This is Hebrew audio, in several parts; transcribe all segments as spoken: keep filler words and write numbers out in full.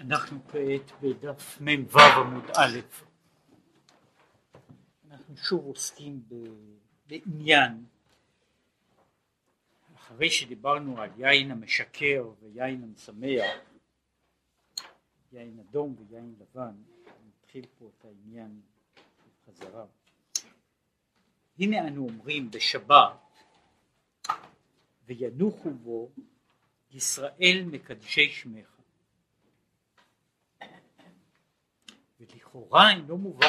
אנחנו כעת בדף מ"ו עמוד א'. אנחנו שוב עוסקים בעניין, אחרי שדיברנו על יין המשכר ויין המשמח, יין אדום ויין לבן, נתחיל פה את העניין בחזרה. הנה אנו אומרים בשבת, וינוחו בו ישראל מקדשי שמך. ולכאורה אינו מובן.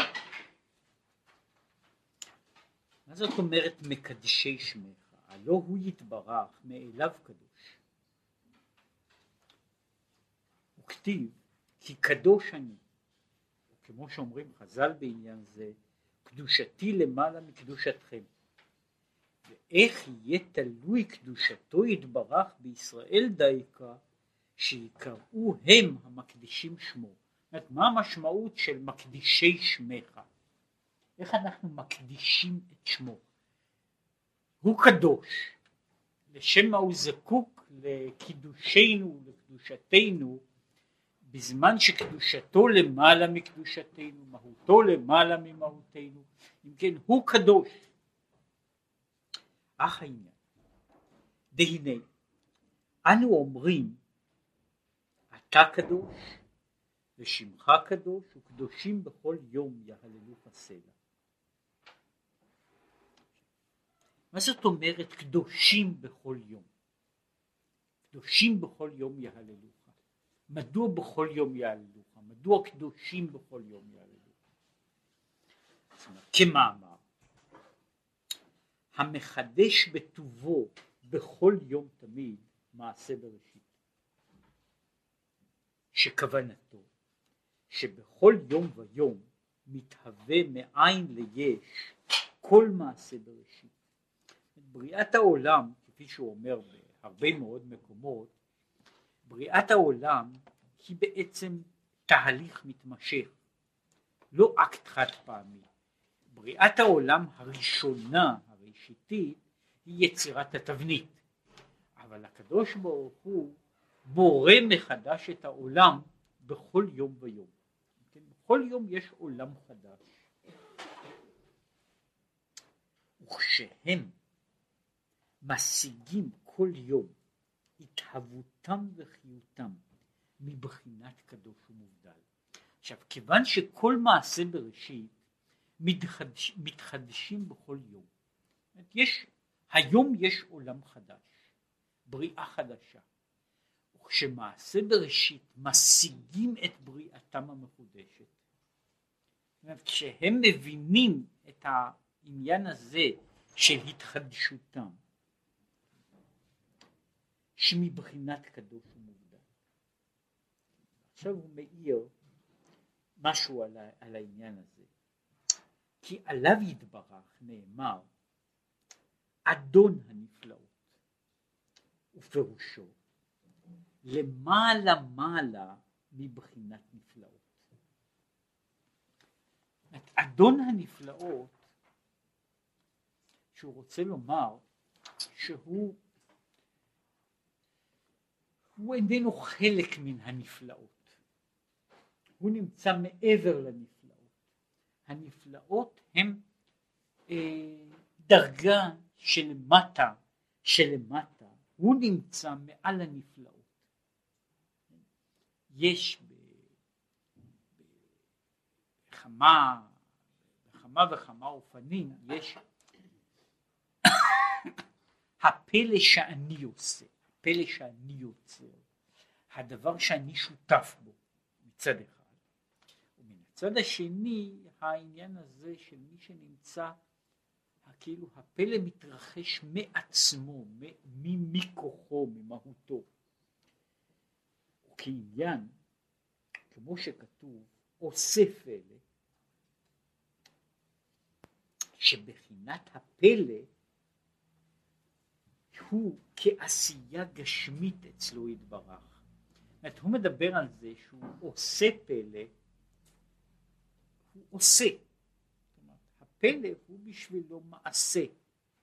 מה זאת אומרת מקדשי שמך? הלא הוא יתברך מאליו קדוש. הוא כתיב כי קדוש אני. כמו שאומרים חז"ל בעניין זה, קדושתי למעלה מקדושתכם. ואיך יהיה תלוי קדושתו יתברך בישראל דייקה, שיקראו הם המקדישים שמו. מה המשמעות של מקדישי שמך? איך אנחנו מקדישים את שמו? הוא קדוש, לשם מה הוא זקוק לקידושנו, לקדושתנו, בזמן שקדושתו למעלה מקדושתנו, מהותו למעלה ממהותנו. אם כן, הוא קדוש. אך העניין, והנה אנו אומרים אתה קדוש ושמך קדוש וקדושים בכל יום יהללוך סלע. מה זאת אומרת קדושים בכל יום? קדושים בכל יום יהללוך. מדוע בכל יום יהללוך? מדוע קדושים בכל יום יהללוך? כמאמר המחדש בטובו בכל יום תמיד מעשה בראשית, שכוונתו שבכל יום ויום מתהווה מאין ליש כל מעשה בראשית. בריאת העולם, כפי שהוא אומר בהרבה מאוד מקומות, בריאת העולם היא בעצם תהליך מתמשך, לא אקט חד פעמי. בריאת העולם הראשונה, הראשיתית, היא יצירת התבנית, אבל הקדוש ברוך הוא בורא מחדש את העולם בכל יום ויום. בכל יום יש עולם חדש, וכשהם משיגים כל יום התהוותם וחיותם מבחינת קדוש ומובדל. עכשיו, כיוון שכל מעשה בראשית מתחדש, מתחדשים בכל יום, יש, היום יש עולם חדש, בריאה חדשה, וכשמעשה בראשית משיגים את בריאתם המחודשת, כשהם מבינים את העניין הזה של התחדשותם, שמבחינת קדוש ומובדל. עכשיו הוא מאיר משהו על, ה, על העניין הזה, כי עליו יתברך נאמר אדון הנפלאות, ופירושו למעלה מעלה מבחינת נפלאות. אדון הנפלאות, שהוא רוצה לומר שהוא הוא איננו חלק מן הנפלאות, הוא נמצא מעבר לנפלאות. הנפלאות הם אה, דרגה שלמטה, שלמטה, הוא נמצא מעל הנפלאות. יש בכמה, בכמה וכמה אופנים, יש הפלא שאני עושה, הפלא שאני יוצר, הדבר שאני שותף בו מצד אחד, ומן הצד השני העניין הזה של מי שנמצא, כאילו הפלא מתרחש מעצמו, מכוחו, ממהותו. וכעניין, כמו שכתוב, עושה פלא, שבחינת הפלא הוא כעשייה גשמית אצלו יתברך. זאת, הוא מדבר על זה שהוא עושה פלא, הוא עושה. זאת אומרת, הפלא הוא בשבילו מעשה,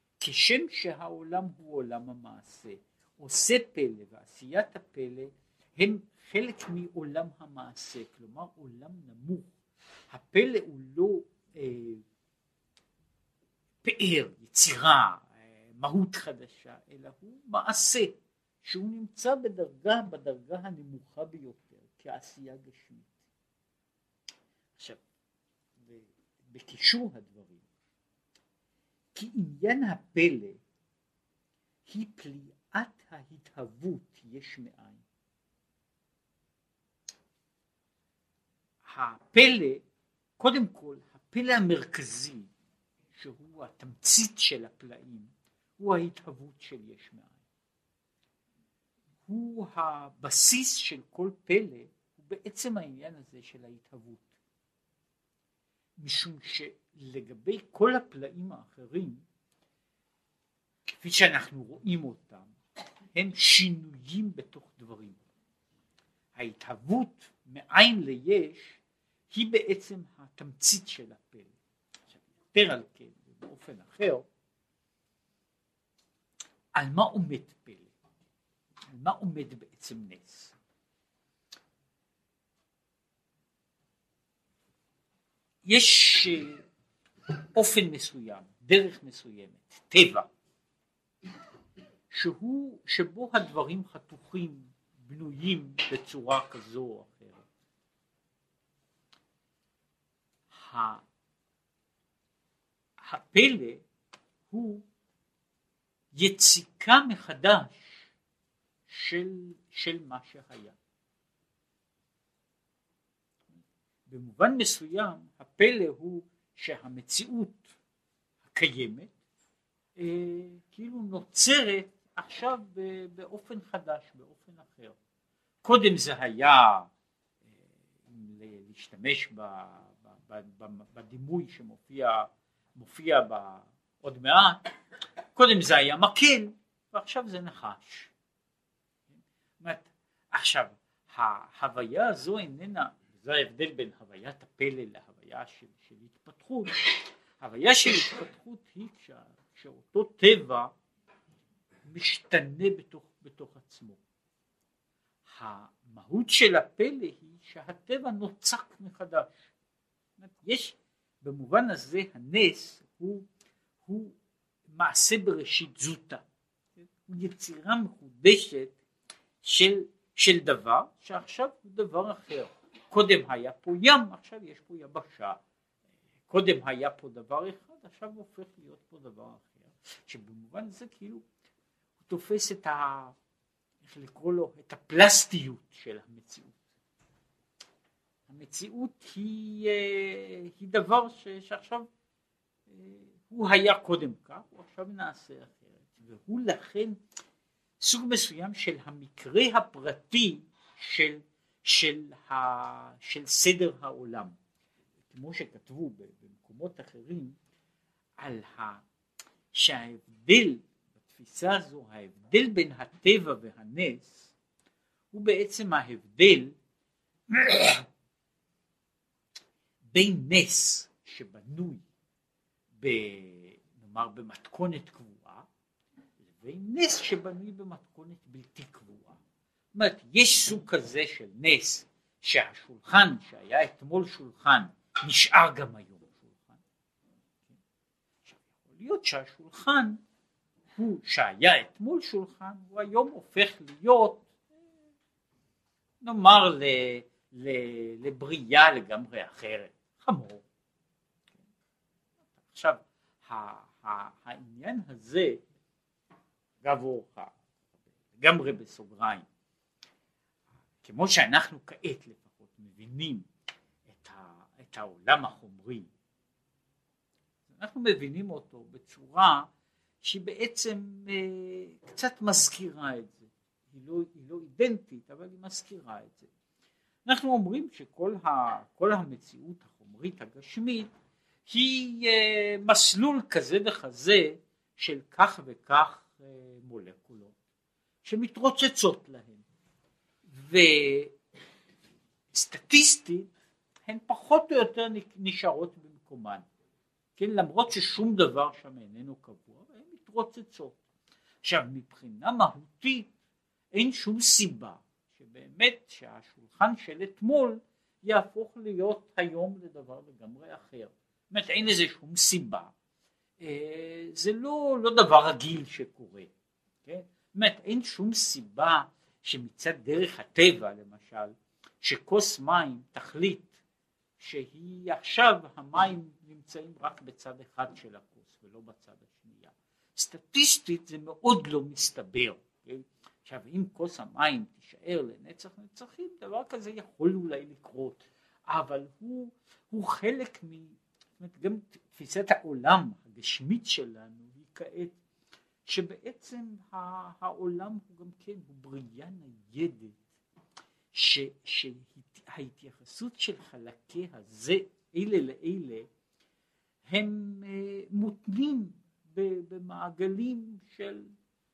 כשם שהעולם הוא עולם המעשה. עושה פלא ועשיית הפלא הם חלק מעולם המעשה, כלומר עולם נמוך. הפלא הוא לא אה, פאר, יצירה, אה, מהות חדשה, אלא הוא מעשה שהוא נמצא בדרגה, בדרגה הנמוכה ביותר, כעשייה גשמית. עכשיו, בקישור הדברים, כי עניין הפלא היא פליאת ההתהוות יש מאין. הפלא, קודם כל, הפלא המרכזי, שהוא התמצית של הפלאים, הוא ההתהוות של יש מאין. הוא הבסיס של כל פלא, הוא בעצם העניין הזה של ההתהוות. משום שלגבי כל הפלאים האחרים, כפי שאנחנו רואים אותם, הם שינויים בתוך דברים. ההתהוות מאין ליש היא בעצם התמצית של הפלא. עכשיו, יותר על כן, באופן אחר, על מה עומד פלא? על מה עומד בעצם נס? יש אופן מסוים, דרך מסוימת, טבע, שהוא, שבו הדברים חתוכים, בנויים בצורה כזו או אחרת. הפלא הוא יציקה מחדש של, של מה שהיה. במובן מסוים הפלא הוא שהמציאות הקיימת אה, כאילו נוצרת עכשיו באופן חדש, באופן אחר. קודם זה היה, אה, להשתמש ב, ב, ב, ב, בדימוי שמופיע מופיע ב, עוד מעט, קודם זה היה מקל ועכשיו זה נחש. אומרת, עכשיו ההוויה הזו איננה, זה ההבדל בין הוויית הפלא להוויה של, של התפתחות. הוויה של התפתחות היא כשה, שאותו טבע משתנה בתוך, בתוך עצמו. המהות של הפלא היא שהטבע נוצק מחדש. יש במובן הזה הנס הוא, הוא מעשה בראשית זוטה. הוא יצירה מחודשת של, של דבר שעכשיו הוא דבר אחר. קודם היה פה ים, עכשיו יש פה יבשה. קודם היה פה דבר אחד, עכשיו הופך להיות פה דבר אחר. שבמובן הזה כאילו הוא תופס את ה... איך לקרוא לו? את הפלסטיות של המציאות. המציאות היא, היא דבר ש, שעכשיו הוא היה קודם כך, הוא עכשיו נעשה אחרת. והוא לכן סוג מסוים של המקרה הפרטי של, של, ה, של סדר העולם. כמו שכתבו במקומות אחרים, על ה, שההבדל, בתפיסה הזו, ההבדל בין הטבע והנס, הוא בעצם ההבדל בין נס שבנוי ב, נאמר, במתכונת קבועה, לבין נס שבנוי במתכונת בלתי קבועה. זאת אומרת, יש סוג כזה של נס, שהשולחן שהיה אתמול שולחן, נשאר גם היום שולחן. עכשיו, יכול להיות שהשולחן הוא שהיה אתמול שולחן, הוא היום הופך להיות, נאמר, ל, ל, לבריאה לגמרי אחרת, חמור. עכשיו, העניין הזה, גבור לגמרי בסוגריים, כמו שאנחנו כעת לפחות מבינים את, ה, את העולם החומרי, אנחנו מבינים אותו בצורה שהיא בעצם אה, קצת מזכירה את זה. היא לא, היא לא אידנטית, אבל היא מזכירה את זה. אנחנו אומרים שכל ה, כל המציאות החומרית הגשמית היא אה, מסלול כזה וכזה של כך וכך אה, מולקולות שמתרוצצות להן. וסטטיסטית הן פחות או יותר נשארות במקומן. כן, למרות ששום דבר שם איננו קבוע, הן מתרוצצות. עכשיו, מבחינה מהותית אין שום סיבה שבאמת שהשולחן של אתמול יהפוך להיות היום לדבר לגמרי אחר. זאת אומרת, אין איזה שום סיבה, זה לא, לא דבר רגיל שקורה, כן? זאת אומרת, אין שום סיבה שמצד דרך הטבע למשל, שכוס מים תחליט שהיא עכשיו המים נמצאים רק בצד אחד של הכוס ולא בצד השנייה. סטטיסטית זה מאוד לא מסתבר, כן? עכשיו אם כוס המים תישאר לנצח נצחים, דבר כזה יכול אולי לקרות, אבל הוא, הוא חלק מ... זאת אומרת, גם תפיסת העולם הגשמית שלנו היא כעת, שבעצם העולם הוא גם כן, הוא בריאה ניידת, ש, שההתייחסות של חלקי הזה, אלה לאלה, הם uh, מותנים במעגלים של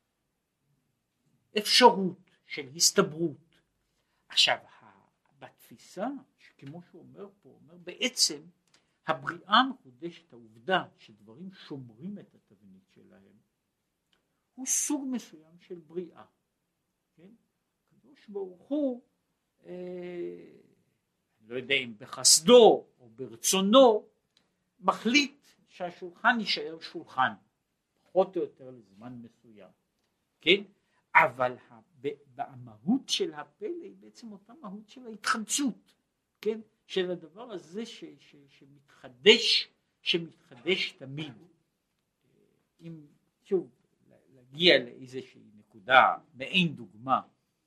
אפשרות, של הסתברות. עכשיו, בתפיסה, כמו שהוא אומר פה, אומר בעצם, הבריאה מחודשת, העובדה שדברים שומרים את התבנית שלהם, הוא סוג מסוים של בריאה. כן? הקדוש ברוך הוא, אה, לא יודע אם בחסדו או ברצונו, מחליט שהשולחן יישאר שולחן, פחות או יותר לזמן מסוים. כן? אבל במהות של הפלא היא בעצם אותה מהות של ההתחדשות, כן? של הדבר הזה ש, ש, שמתחדש, שמתחדש תמיד. אם שוב להגיע לאיזושהי נקודה, מעין דוגמה,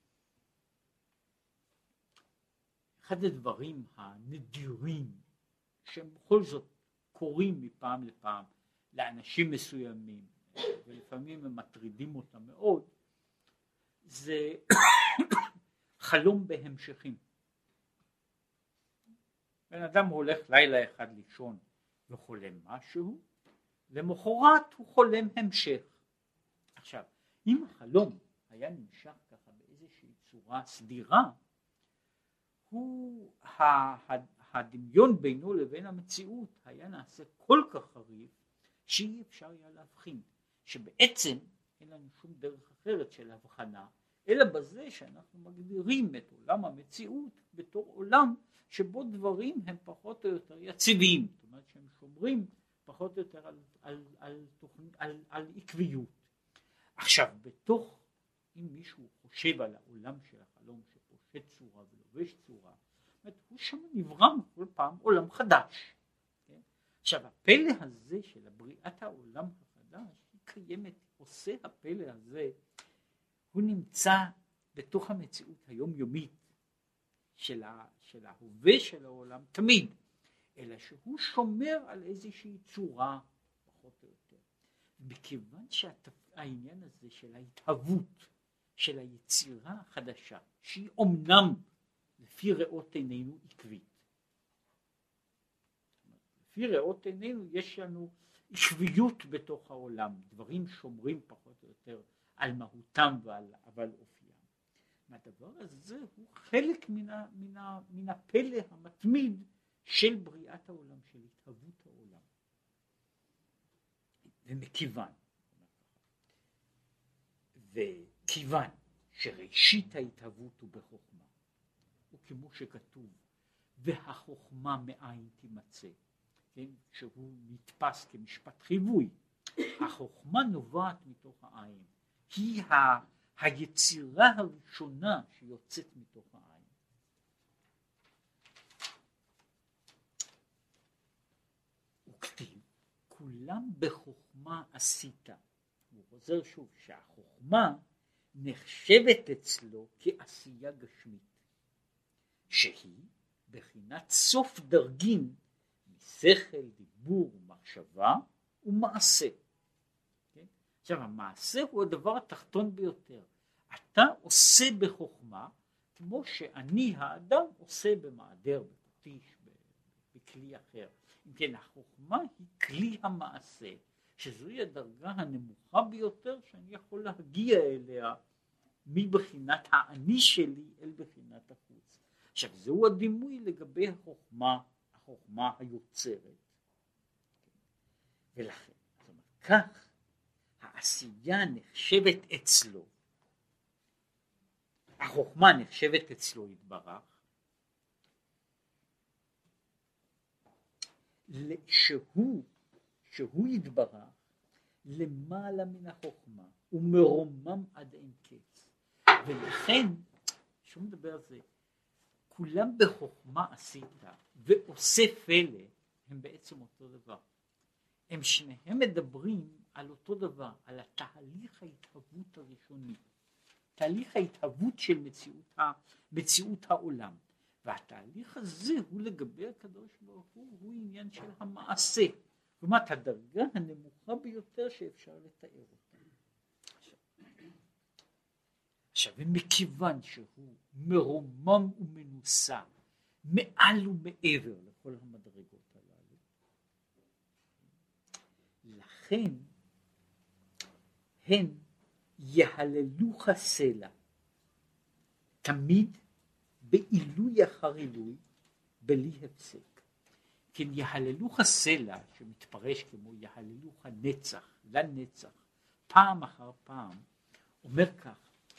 אחד הדברים הנדירים שהם בכל זאת קורים מפעם לפעם לאנשים מסוימים, ולפעמים הם מטרידים אותם מאוד, זה חלום בהמשכים. בן אדם הולך לילה אחד לישון וחולם משהו, למחרת הוא חולם המשך. עכשיו, אם החלום היה נמשך ככה באיזושהי צורה סדירה, הוא, הדמיון בינו לבין המציאות היה נעשה כל כך חריף, שאי אפשר היה להבחין, שבעצם אין לנו שום דרך אחרת של הבחנה, אלא בזה שאנחנו מגדירים את עולם המציאות בתור עולם שבו דברים הם פחות או יותר יציבים, זאת אומרת שהם שומרים פחות או יותר על, על, על, על, על, על עקביות. עכשיו, בתוך, אם מישהו חושב על העולם של החלום שפושט צורה ולובש צורה, זאת אומרת, הוא שם נברא כל פעם עולם חדש. כן? עכשיו, הפלא הזה של בריאת העולם החדש, היא קיימת, עושה הפלא הזה, הוא נמצא בתוך המציאות היומיומית של, ה, של ההווה של העולם תמיד, אלא שהוא שומר על איזושהי צורה פחות או יותר. מכיוון שהעניין הזה של ההתהוות, של היצירה החדשה, שהיא אומנם לפי ראות עינינו עקבית. לפי ראות עינינו יש לנו עקביות בתוך העולם, דברים שומרים פחות או יותר על מהותם ועל אבל אופיים. והדבר הזה הוא חלק מן, ה, מן, ה, מן הפלא המתמיד של בריאת העולם, של התהוות העולם. ומכיוון, וכיוון שראשית ההתהוות הוא בחוכמה, וכמו שכתוב, והחוכמה מאין תימצא, כן? שהוא נתפס כמשפט חיווי, החוכמה נובעת מתוך העין, היא ה, היצירה הראשונה שיוצאת מתוך העין. וכתיב, כולם בחוכמה עשית. הוא חוזר שוב שהחוכמה נחשבת אצלו כעשייה גשמית, שהיא בחינת סוף דרגים משכל, דיבור, מחשבה ומעשה. כן? עכשיו המעשה הוא הדבר התחתון ביותר. אתה עושה בחוכמה כמו שאני האדם עושה במעדר, בפטיש, בכלי אחר. אם כן, החוכמה היא כלי המעשה, שזוהי הדרגה הנמוכה ביותר שאני יכול להגיע אליה מבחינת האני שלי אל בחינת החוץ. עכשיו זהו הדימוי לגבי החוכמה, החוכמה היוצרת. ולכן, זאת אומרת, כך העשייה נחשבת אצלו, החוכמה נחשבת אצלו יתברך שהוא, שהוא יתברך למעלה מן החוכמה ומרומם עד אין קץ, ולכן שהוא מדבר על זה, כולם בחוכמה עשית ועושה פלא, הם בעצם אותו דבר, הם שניהם מדברים על אותו דבר, על התהליך ההתהוות הראשוני, תהליך ההתהוות של מציאות, מציאות העולם, והתהליך הזה הוא לגבי הקדוש ברוך הוא, הוא עניין של המעשה, כלומר הדרגה הנמוכה ביותר שאפשר לתאר אותה. עכשיו, ומכיוון שהוא מרומם ומנוסה מעל ומעבר לכל המדרגות הללו, לכן הן יהללוך סלע תמיד בעילוי אחר עילוי בלי הפסק. כן, יהללוך סלע שמתפרש כמו יהללוך נצח לנצח פעם אחר פעם, אומר כך,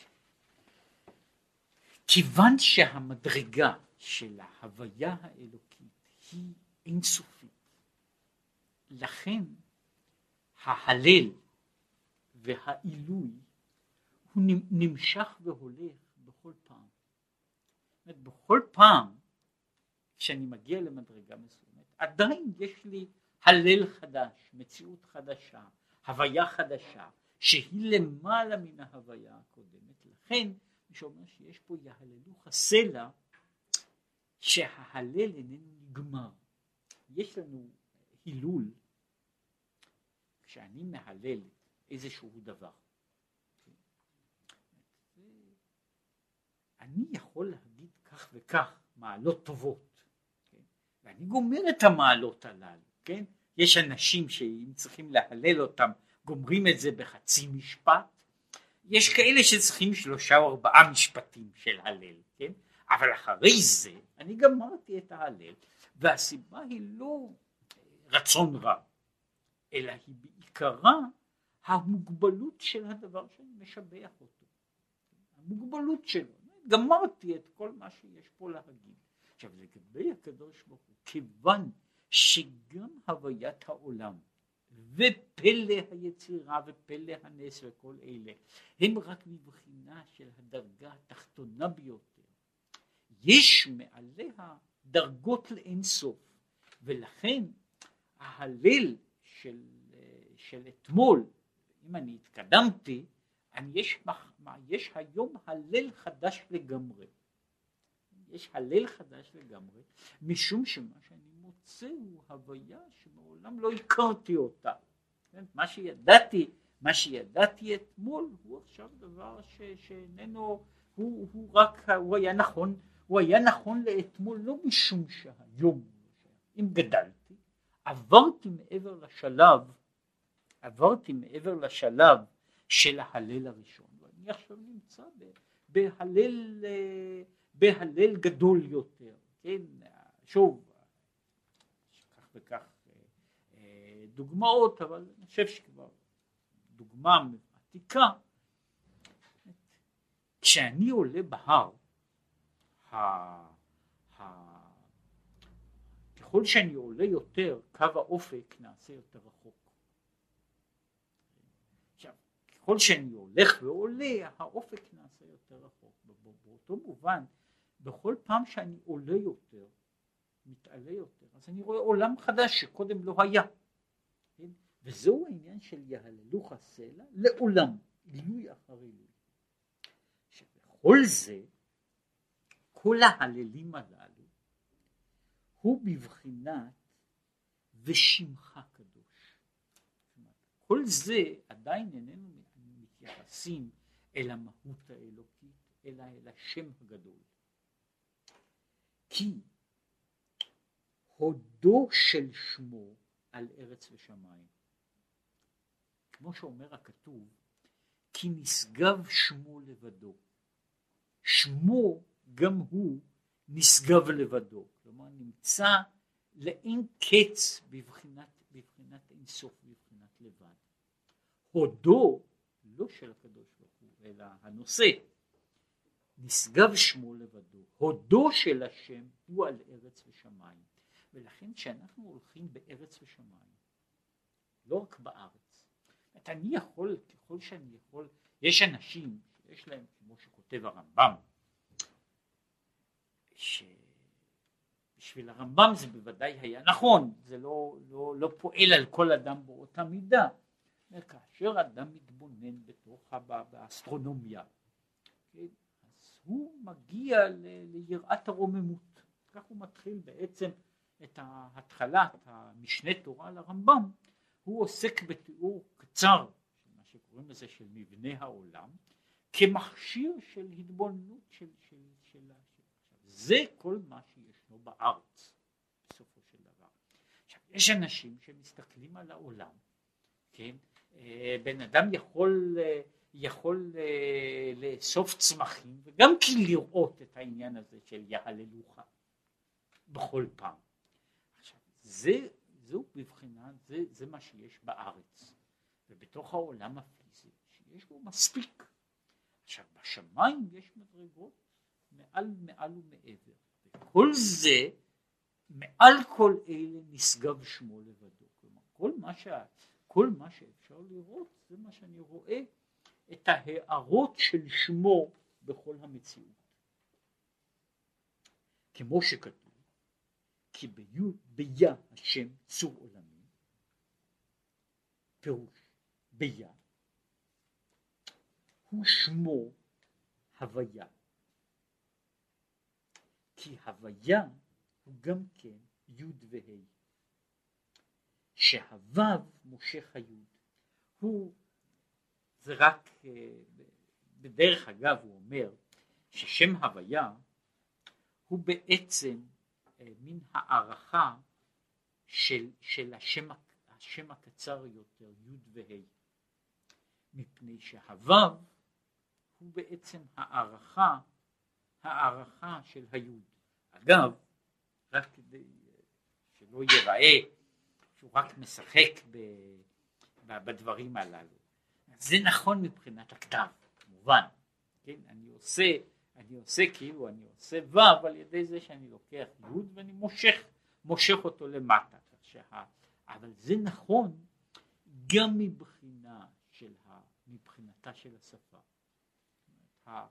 כיוון שהמדרגה של ההוויה האלוקית היא אינסופית, לכן ההלל והעילוי הוא נמשך והולך בכל פעם. זאת אומרת, בכל פעם כשאני מגיע למדרגה מסוימת, עדיין יש לי הלל חדש, מציאות חדשה, הוויה חדשה, שהיא למעלה מן ההוויה הקודמת. לכן מי שאומר שיש פה יהללוך סלע, שההלל איננו נגמר. יש לנו הילול כשאני מהלל איזשהו דבר. אני יכול להגיד כך וכך מעלות טובות, כן? ואני גומר את המעלות הללו, כן? יש אנשים שאם צריכים להלל אותם גומרים את זה בחצי משפט, יש כאלה שצריכים שלושה או ארבעה משפטים של הלל, כן? אבל אחרי זה אני גמרתי את ההלל, והסיבה היא לא רצון רע, אלא היא בעיקרה המוגבלות של הדבר שאני משבח אותו, המוגבלות שלו. גמרתי את כל מה שיש פה להגיד. עכשיו לגבי הקדוש ברוך הוא, כיוון שגם הוויית העולם ופלא היצירה ופלא הנס וכל אלה הם רק מבחינה של הדרגה התחתונה ביותר, יש מעליה דרגות לאין סוף, ולכן ההלל של, של אתמול, אם אני התקדמתי, אני יש, יש היום הלל חדש לגמרי, יש הלל חדש לגמרי, משום שמה שאני מוצא הוא הוויה שמעולם לא הכרתי אותה. מה שידעתי, מה שידעתי אתמול הוא עכשיו דבר ש, שאיננו, הוא, הוא רק, הוא היה נכון, הוא היה נכון לאתמול, לא משום שהיום, אם גדלתי, עברתי מעבר לשלב, עברתי מעבר לשלב של ההלל הראשון, ואני עכשיו נמצא בהלל, בהלל גדול יותר, כן, שוב, כך וכך דוגמאות, אבל אני חושב שכבר דוגמה עתיקה, כשאני עולה בהר, ככל שאני עולה יותר, קו האופק נעשה יותר רחוק. עכשיו, ככל שאני הולך ועולה, האופק נעשה יותר רחוק. באותו מובן, בכל פעם שאני עולה יותר, מתעלה יותר, אז אני רואה עולם חדש שקודם לא היה. כן? וזהו העניין של יהללוך סלע לעולם, עילוי אחר עילוי. שבכל זה, כל ההללים הללו, הוא בבחינת ושמך קדוש. כל זה עדיין איננו מתייחסים אל המהות האלוקית, אלא אל השם הגדול. כי הודו של שמו על ארץ ושמיים. כמו שאומר הכתוב, כי נשגב שמו לבדו. שמו גם הוא נשגב לבדו. כלומר נמצא לאין קץ בבחינת, בבחינת אינסוף, בבחינת לבד. הודו, לא של הקדוש ברוך הוא, אלא הנושא, נשגב שמו לבדו, הודו של השם הוא על ארץ ושמיים. ולכן כשאנחנו הולכים בארץ ושמיים, לא רק בארץ, אני יכול, ככל שאני יכול, יש אנשים שיש להם, כמו שכותב הרמב"ם, שבשביל הרמב"ם זה בוודאי היה נכון, זה לא, לא, לא פועל על כל אדם באותה מידה. כאשר אדם מתבונן בתוך באסטרונומיה, כן, אז הוא מגיע ל, ליראת הרוממות. כך הוא מתחיל בעצם את ההתחלת המשנה תורה לרמב"ם. הוא עוסק בתיאור קצר, מה שקוראים לזה של מבנה העולם, כמכשיר של התבוננות של, של, של, של זה כל מה שישנו בארץ בסופו של דבר. עכשיו יש אנשים שמסתכלים על העולם, כן, בן אדם יכול יכול לאסוף צמחים וגם כי לראות את העניין הזה של יהללוך בכל פעם. עכשיו זה זו בבחינה, זה, זה מה שיש בארץ ובתוך העולם הפיזי שיש בו מספיק. עכשיו בשמיים יש מדרגות מעל מעל ומעבר, וכל זה מעל כל אלה נשגב שמו לבדו. כלומר כל מה, ש... כל מה שאפשר לראות זה מה שאני רואה, את ההערות של שמו בכל המציאות. כמו שכתוב כי ביה השם צור עולמי, פירוש ביה הוא שמו הוויה, כי הוויה הוא גם כן יוד והי, שהוו מושך היוד. הוא זה רק בדרך אגב הוא אומר ששם הוויה הוא בעצם מין הערכה של, של השם, השם הקצר יותר, יוד והי, מפני שהוו הוא בעצם הערכה, הערכה של היוד. אגב, רק כדי שלא ייראה שהוא רק משחק ב, ב, בדברים הללו, זה נכון מבחינת הכתב, כמובן, כן? אני עושה אני עושה כאילו אני עושה וו על ידי זה שאני לוקח יוד ואני מושך מושך אותו למטה, שה... אבל זה נכון גם מבחינה של ה... מבחינתה של השפה. ה...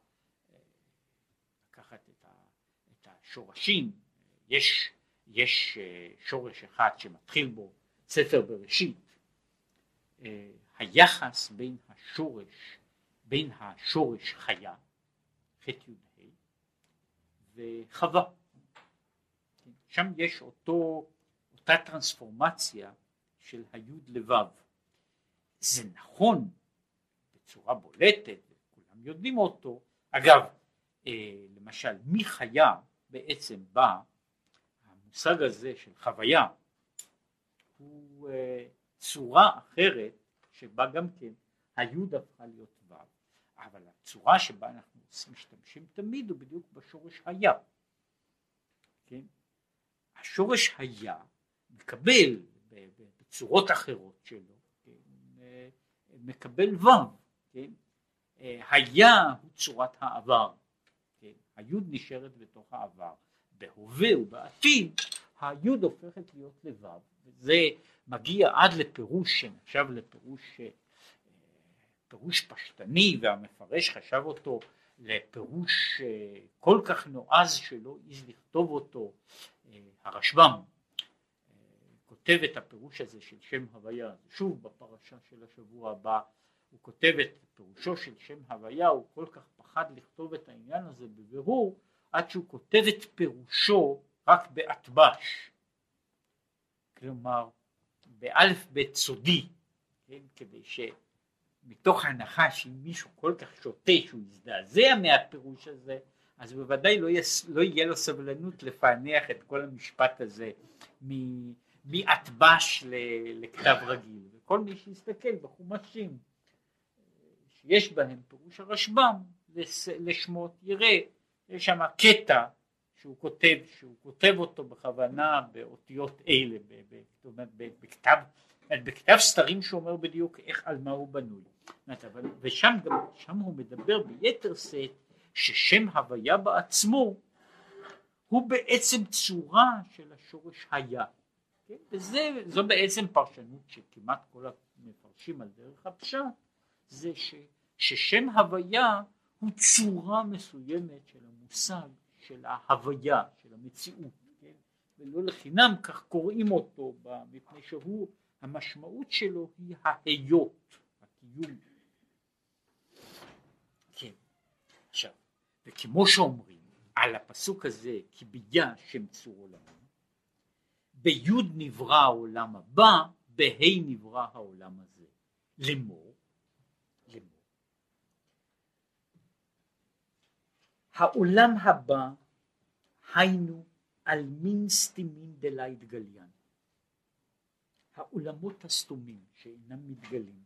לקחת את, ה... את השורשים, יש יש שורש אחד שמתחיל בו ספר בראשית, היחס בין השורש בין השורש חיה ח' י' ה' וחווה, שם יש אותו אותה טרנספורמציה של היוד לבב. זה נכון בצורה בולטת, כולם יודעים אותו. אגב, אה, למשל מחיה בעצם בא המושג הזה של חוויה, הוא אה, צורה אחרת שבה גם כן היוד הפכה להיות וו, אבל הצורה שבה אנחנו משתמשים תמיד הוא בדיוק בשורש היה, כן? השורש היה מקבל בצורות אחרות שלו, כן? מקבל וו, כן? היה הוא צורת העבר, כן? היוד נשארת בתוך העבר, בהווה ובעתיד היוד הופכת להיות לבב, וזה מגיע עד לפירוש שנחשב לפירוש פירוש פשטני, והמפרש חשב אותו לפירוש כל כך נועז שלא איז לכתוב אותו. הרשב"ם כותב את הפירוש הזה של שם הוויה, שוב בפרשה של השבוע הבא הוא כותב את פירושו של שם הוויה, הוא כל כך פחד לכתוב את העניין הזה בבירור, עד שהוא כותב את פירושו רק באטבש, כלומר באלף בית סודי, כן? כדי שמתוך הנחה שאם מישהו כל כך שוטה שהוא יזדעזע מהפירוש הזה, אז בוודאי לא, יס, לא יהיה לו סבלנות לפענח את כל המשפט הזה מאטבש לכתב רגיל. וכל מי שיסתכל בחומשים שיש בהם פירוש הרשב"ם לשמות יראה, יש שם קטע שהוא כותב, שהוא כותב אותו בכוונה באותיות אלה, בכתב, בכתב סתרים שאומר בדיוק איך, על מה הוא בנוי. ושם גם, שם הוא מדבר ביתר שאת ששם הוויה בעצמו הוא בעצם צורה של השורש היה. כן? וזה, זו בעצם פרשנות שכמעט כל המפרשים על דרך הפשט, זה ש, ששם הוויה הוא צורה מסוימת של המושג, של ההוויה, של המציאות. כן? ולא לחינם כך קוראים אותו, מפני שהוא, המשמעות שלו היא ההיות, הקיום. כן. עכשיו, וכמו שאומרים על הפסוק הזה, כי ביה שם צור עולמו, ביוד נברא העולם הבא, בהי נברא העולם הזה. לאמור, לאמור. העולם הבא היינו על מין סתימין דלה התגליין. העולמות הסתומים שאינם מתגלים,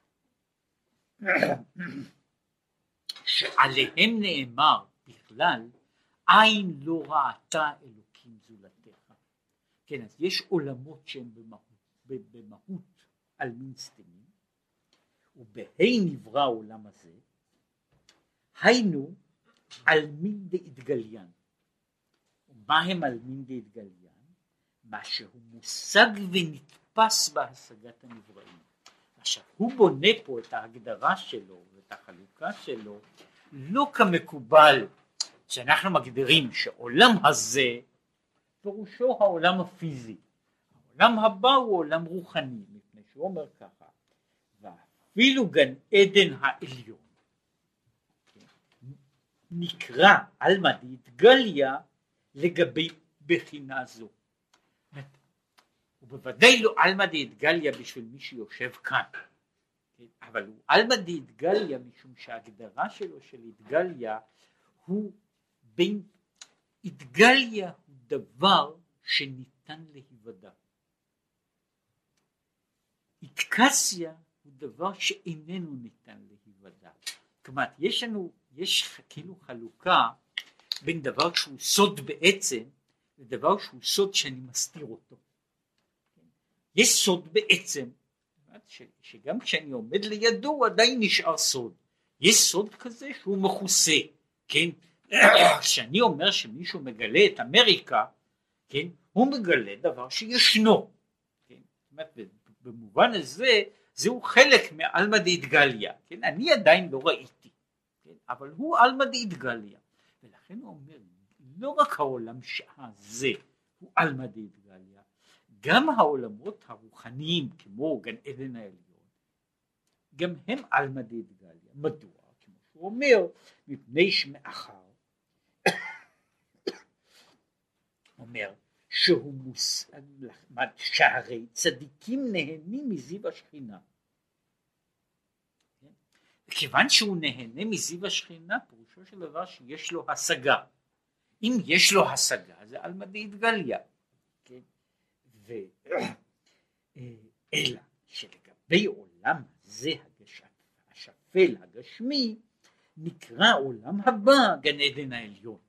שעליהם נאמר בכלל, עין לא ראתה אלוקים זולתך. כן, אז יש עולמות שהם במהות, במהות על מין סתימים, ובהי נברא העולם הזה, היינו על מין דהתגליין. ומה הם על מין דהתגליין? מה שהוא מושג ונתפס בהשגת הנבראים. עכשיו, הוא בונה פה את ההגדרה שלו ואת החלוקה שלו, לא כמקובל שאנחנו מגדירים שעולם הזה פירושו העולם הפיזי. העולם הבא הוא עולם רוחני, מפני שהוא אומר ככה, ואפילו גן עדן העליון נקרא עלמא דהתגליא לגבי בחינה זו. ובוודאי לא עלמא דהתגליא בשביל מי שיושב כאן, אבל הוא עלמא דהתגליא משום שההגדרה שלו של התגליא הוא בין התגליא הוא דבר שניתן להיוודע, התקסיה הוא דבר שאיננו ניתן להיוודע. כלומר יש לנו, יש כאילו חלוקה בין דבר שהוא סוד בעצם לדבר שהוא סוד שאני מסתיר אותו. יש סוד בעצם שגם כשאני עומד לידו הוא עדיין נשאר סוד. יש סוד כזה שהוא מכוסה, כן? כשאני אומר שמישהו מגלה את אמריקה, כן? הוא מגלה דבר שישנו, כן? זאת אומרת, במובן הזה זהו חלק מעלמא דהתגליא, כן? אני עדיין לא ראיתי, כן? אבל הוא עלמא דהתגליא, ולכן הוא אומר לא רק העולם הזה הוא עלמא דהתגליא, גם העולמות הרוחניים כמו גן עדן העליון גם הם עלמא דהתגליא. מדוע? כמו שהוא אומר, מפני שמאחר אומר שהוא מושג, שהרי צדיקים נהנים מזיו השכינה. כיוון שהוא נהנה מזיו השכינה, פירושו של דבר שיש לו השגה. אם יש לו השגה זה עלמא דהתגליא. כן? ו... אלא שלגבי עולם הזה השפל הגשמי נקרא עולם הבא גן עדן העליון,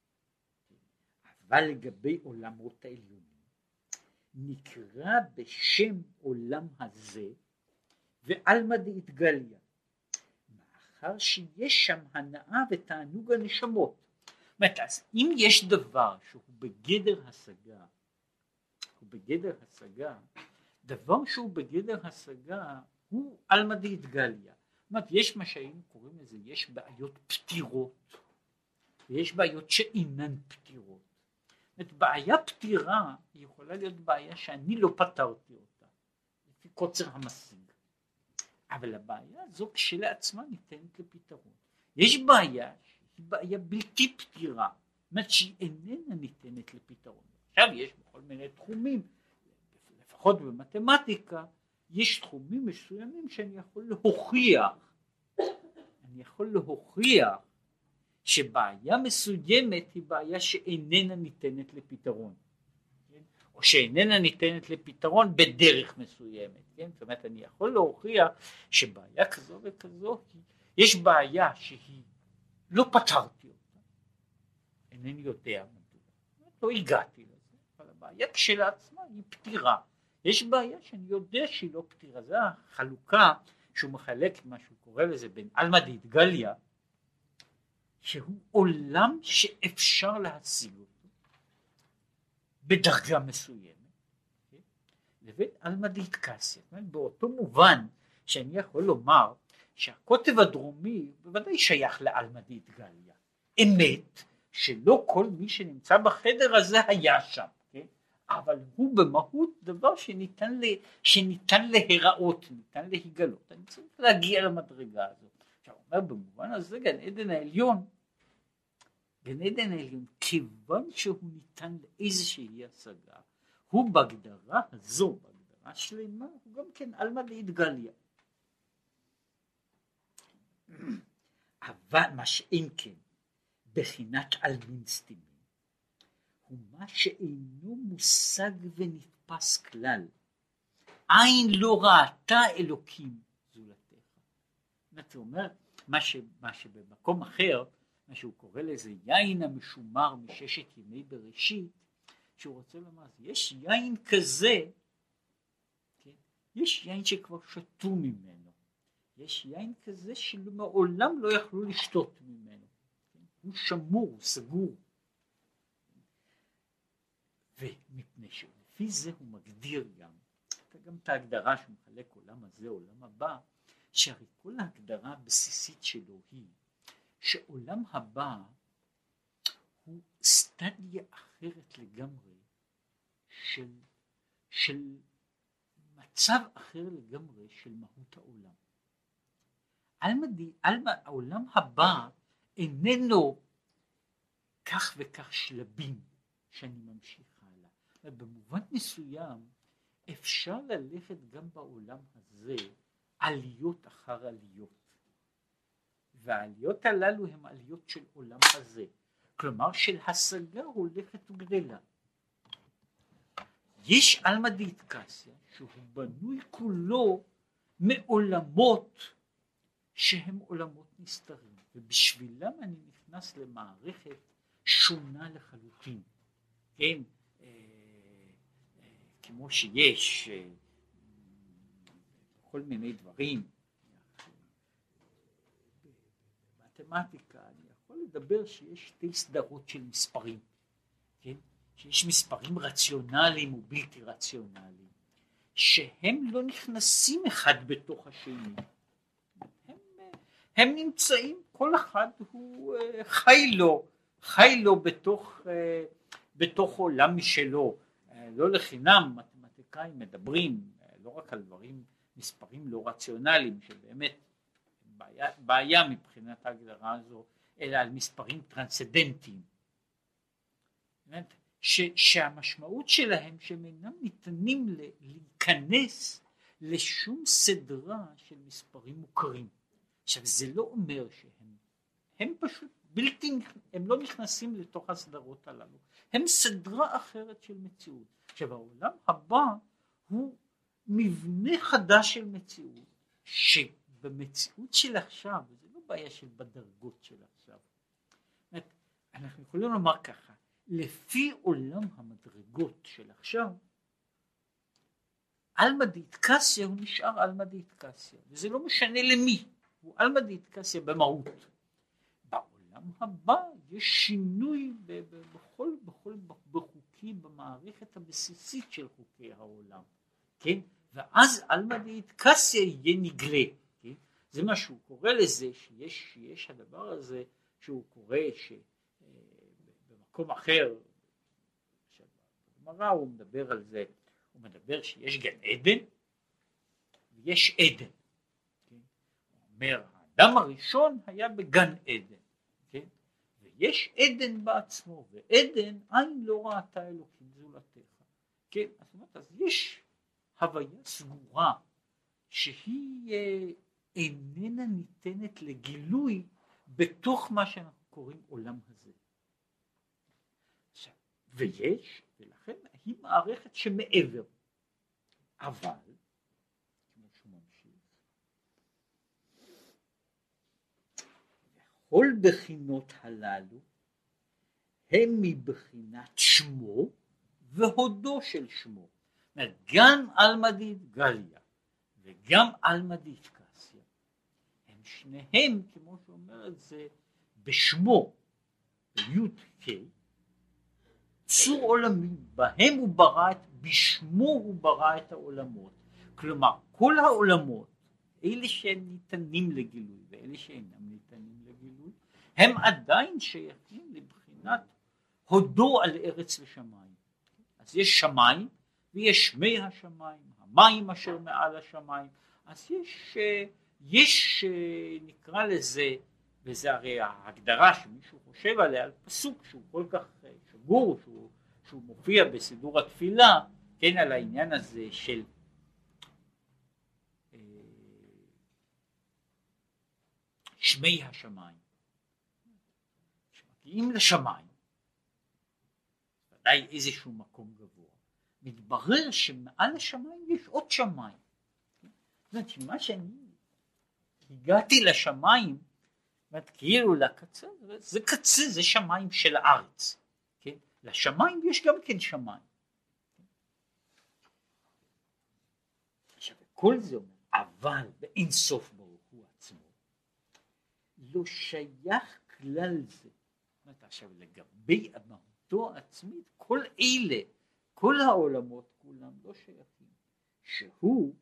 אבל לגבי עולמות העליונים נקרא בשם עולם הזה ועלמא דהתגליא, מאחר שיש שם הנאה ותענוג הנשמות. אז אם יש דבר שהוא בגדר השגה, הוא בגדר השגה, דבר שהוא בגדר השגה הוא עלמא דהתגליא. זאת אומרת, יש מה שהיינו קוראים לזה, יש בעיות פתירות ויש בעיות שאינן פתירות. זאת אומרת, בעיה פתירה היא יכולה להיות בעיה שאני לא פתרתי אותה לפי קוצר המשיג, אבל הבעיה הזו כשלעצמה ניתנת לפתרון. יש בעיה שהיא בעיה בלתי פתירה, זאת אומרת שהיא איננה ניתנת לפתרון. עכשיו יש בכל מיני תחומים, לפחות במתמטיקה, יש תחומים מסוימים שאני יכול להוכיח, אני יכול להוכיח שבעיה מסוימת היא בעיה שאיננה ניתנת לפתרון, כן? או שאיננה ניתנת לפתרון בדרך מסוימת, כן? זאת אומרת, אני יכול להוכיח שבעיה כזו וכזו, יש בעיה שהיא לא פתרתי אותה, אינני יודע מדוע, לא הגעתי לזה, אבל הבעיה כשלעצמה היא פתירה. יש בעיה שאני יודע שהיא לא פתירה. זה החלוקה שהוא מחלק, מה שהוא קורא לזה, בין עלמא דהתגליא, שהוא עולם שאפשר להשיג אותו בדרגה מסוימת, לבין עלמא דאיטקסיה. באותו מובן שאני יכול לומר שהקוטב הדרומי בוודאי שייך לעלמא דאיטגליה. אמת שלא כל מי שנמצא בחדר הזה היה שם, כן? אבל הוא במהות דבר שניתן, ל, שניתן להיראות, ניתן להיגלות. אני צריך להגיע למדרגה הזאת. עכשיו אומר במובן הזה גן עדן העליון, גן עדן העליון כיוון שהוא ניתן לאיזושהי השגה, הוא בהגדרה הזו, בהגדרה שלמה, הוא גם כן עלמא דאיטגליה. אבל מה שאין כן בחינת עלמין סתימים הוא מה שאינו מושג ונתפס כלל. עין לא ראתה אלוקים זולתך. זאת אומרת, מה, ש, מה שבמקום אחר, מה שהוא קורא לזה יין המשומר מששת ימי בראשית, שהוא רוצה לומר, יש יין כזה, כן? יש יין שכבר שתו ממנו, יש יין כזה שמעולם לא יכלו לשתות ממנו, כן? הוא שמור, הוא סגור. ומפני שלפי זה הוא מגדיר גם, גם את ההגדרה שהוא מחלק עולם הזה, עולם הבא, שהרי כל ההגדרה הבסיסית שלו היא, שעולם הבא הוא סטדיה אחרת לגמרי, של, של מצב אחר לגמרי של מהות העולם. העולם הבא איננו כך וכך שלבים שאני ממשיך הלאה. במובן מסוים אפשר ללכת גם בעולם הזה עליות אחר עליות. והעליות הללו הן עליות של עולם הזה. כלומר של השגה הולכת וגדלה. יש עלמא דאיטקסיה שהוא בנוי כולו מעולמות שהם עולמות נסתרים, ובשבילם אני נכנס למערכת שונה לחלוטין, כן, אה, אה, כמו שיש אה, כל מיני דברים במתמטיקה. אני יכול לדבר שיש שתי סדרות של מספרים, כן, שיש מספרים רציונליים ובלתי רציונליים, שהם לא נכנסים אחד בתוך השני, הם, הם נמצאים, כל אחד הוא חי לו, חי לו בתוך, בתוך עולם משלו. לא לחינם מתמטיקאים מדברים לא רק על דברים, מספרים לא רציונליים, שבאמת בעיה, בעיה מבחינת ההגדרה הזו, אלא על מספרים טרנסדנטיים. באמת, ש, שהמשמעות שלהם שהם אינם ניתנים להיכנס לשום סדרה של מספרים מוכרים. עכשיו זה לא אומר שהם, הם פשוט בלתי, הם לא נכנסים לתוך הסדרות הללו, הם סדרה אחרת של מציאות. עכשיו העולם הבא הוא מבנה חדש של מציאות, שבמציאות של עכשיו, זה לא בעיה של בדרגות של עכשיו. אנחנו יכולים לומר ככה, לפי עולם המדרגות של עכשיו, עלמא דאיטקסיה הוא נשאר עלמא דאיטקסיה, וזה לא משנה למי, הוא עלמא דאיטקסיה במהות. בעולם הבא יש שינוי בכל, בכל, בחוקי, במערכת הבסיסית של חוקי העולם, כן? ואז עלמא דאיטקסיה יהיה נגלה, כן? זה מה שהוא קורא לזה, שיש, שיש הדבר הזה שהוא קורא ש... במקום אחר, בגמרא הוא מדבר על זה, הוא מדבר שיש גן עדן ויש עדן, כן? הוא אומר האדם הראשון היה בגן עדן, כן? ויש עדן בעצמו, ועדן עין לא ראתה אלוקים זולתך, כן? זאת אומרת, אז יש הוויה סגורה שהיא איננה ניתנת לגילוי בתוך מה שאנחנו קוראים עולם הזה. ויש, ולכן היא מערכת שמעבר, אבל, כמו שהוא ממשיך, כל בחינות הללו הם מבחינת שמו והודו של שמו. זאת אומרת, גם עלמא דאיטגליה וגם עלמא דאיטקסיה, הם שניהם, כמו שאומר את זה, בשמו, ביוד קי, צור עולמים, בהם הוא ברא את, בשמו הוא ברא את העולמות. כלומר, כל העולמות, אלה שניתנים לגילוי ואלה שאינם ניתנים לגילוי, הם עדיין שייכים לבחינת הודו על ארץ ושמיים. אז יש שמיים ויש מי השמיים, המים אשר מעל השמיים. אז יש, יש נקרא לזה, וזה הרי ההגדרה שמישהו חושב עליה, על פסוק שהוא כל כך שגור, שהוא, שהוא מופיע בסידור התפילה, כן, על העניין הזה של שמי השמיים. כשמגיעים לשמיים, ודאי איזשהו מקום גבוה, מתברר שמעל השמיים יש עוד שמיים. זאת אומרת שמה שאני הגעתי לשמיים, זאת אומרת כאילו לקצה, זה קצה, זה שמיים של הארץ. כן? לשמיים יש גם כן שמיים. עכשיו כל זה אומר, אבל באין סוף ברוך הוא עצמו, לא שייך כלל זה. זאת אומרת עכשיו לגבי מהותו העצמית, כל אלה, כל העולמות כולם לא שייכים. שהוא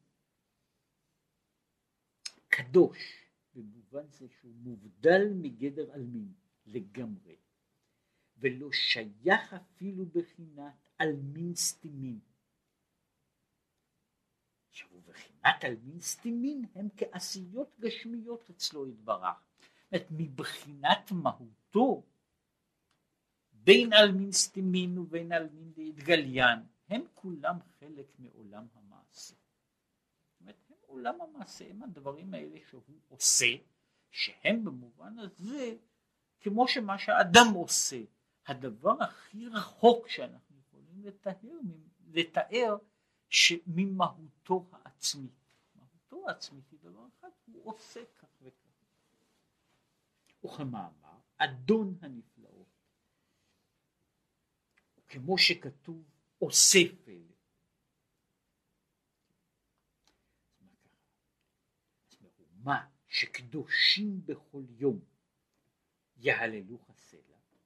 קדוש, במובן זה שהוא מובדל מגדר עלמין לגמרי, ולא שייך אפילו בחינת עלמין סתימין. עכשיו ובחינת עלמין סתימין הם כעשיות גשמיות אצלו יתברך. זאת אומרת מבחינת מהותו, בין עלמין סתימין ובין עלמין דהתגליין, הם כולם חלק מעולם המעשה. זאת אומרת הם עולם המעשה, הם הדברים האלה שהוא עושה, שהם במובן הזה כמו שמה שהאדם עושה, הדבר הכי רחוק שאנחנו יכולים לתאר, לתאר ממהותו העצמית. מהותו העצמית היא דבר אחד, הוא עושה כך וכך. וכמאמר, אדון הנפלאות, כמו שכתוב, עושה פלא. מה שקדושים בכל יום יהללו הסלע,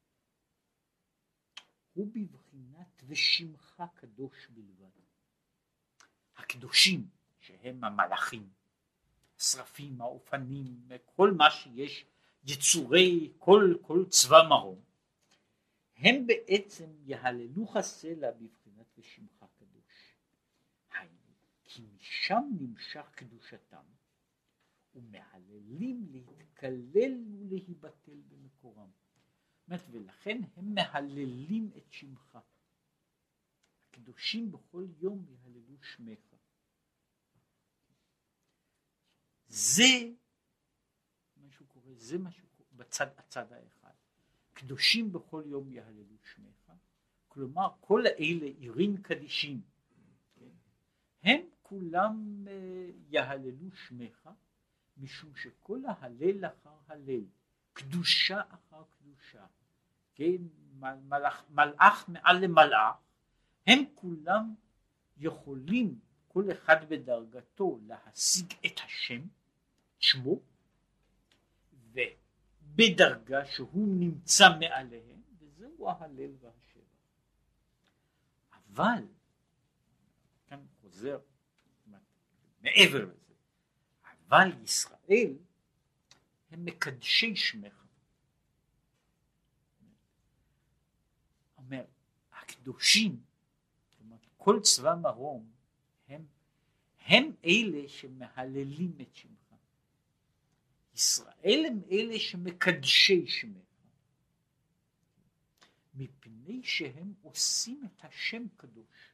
הוא בבחינת ושמך קדוש בלבד. הקדושים שהם המלאכים, השרפים, האופנים, כל מה שיש, יצורי כל, כל צבא מרום, הם בעצם יהללו הסלע בבחינת ושמך קדוש. היינו, כי משם נמשך קדושתם, ומהללים להתקלל ולהיבטל במקורם. ולכן הם מהללים את שמך. הקדושים בכל יום יהללו שמך. זה משהו קורה, זה משהו קורה בצד הצד האחד. קדושים בכל יום יהללו שמך, כלומר כל האלה עירים קדישים, כן? הם כולם יהללו שמך, משום שכל ההלל אחר הלל, קדושה אחר קדושה, כן? מלאך, מלאך מעל למלאך, הם כולם יכולים כל אחד בדרגתו להשיג את השם, שמו, ובדרגה שהוא נמצא מעליהם, וזהו ההלל והשבח. אבל, כאן חוזר, מעבר לזה, אבל ישראל הם מקדשי שמך. אומר, הקדושים, כל צבא מרום, הם, הם אלה שמהללים את שמך. ישראל הם אלה שמקדשי שמך. מפני שהם עושים את השם קדוש.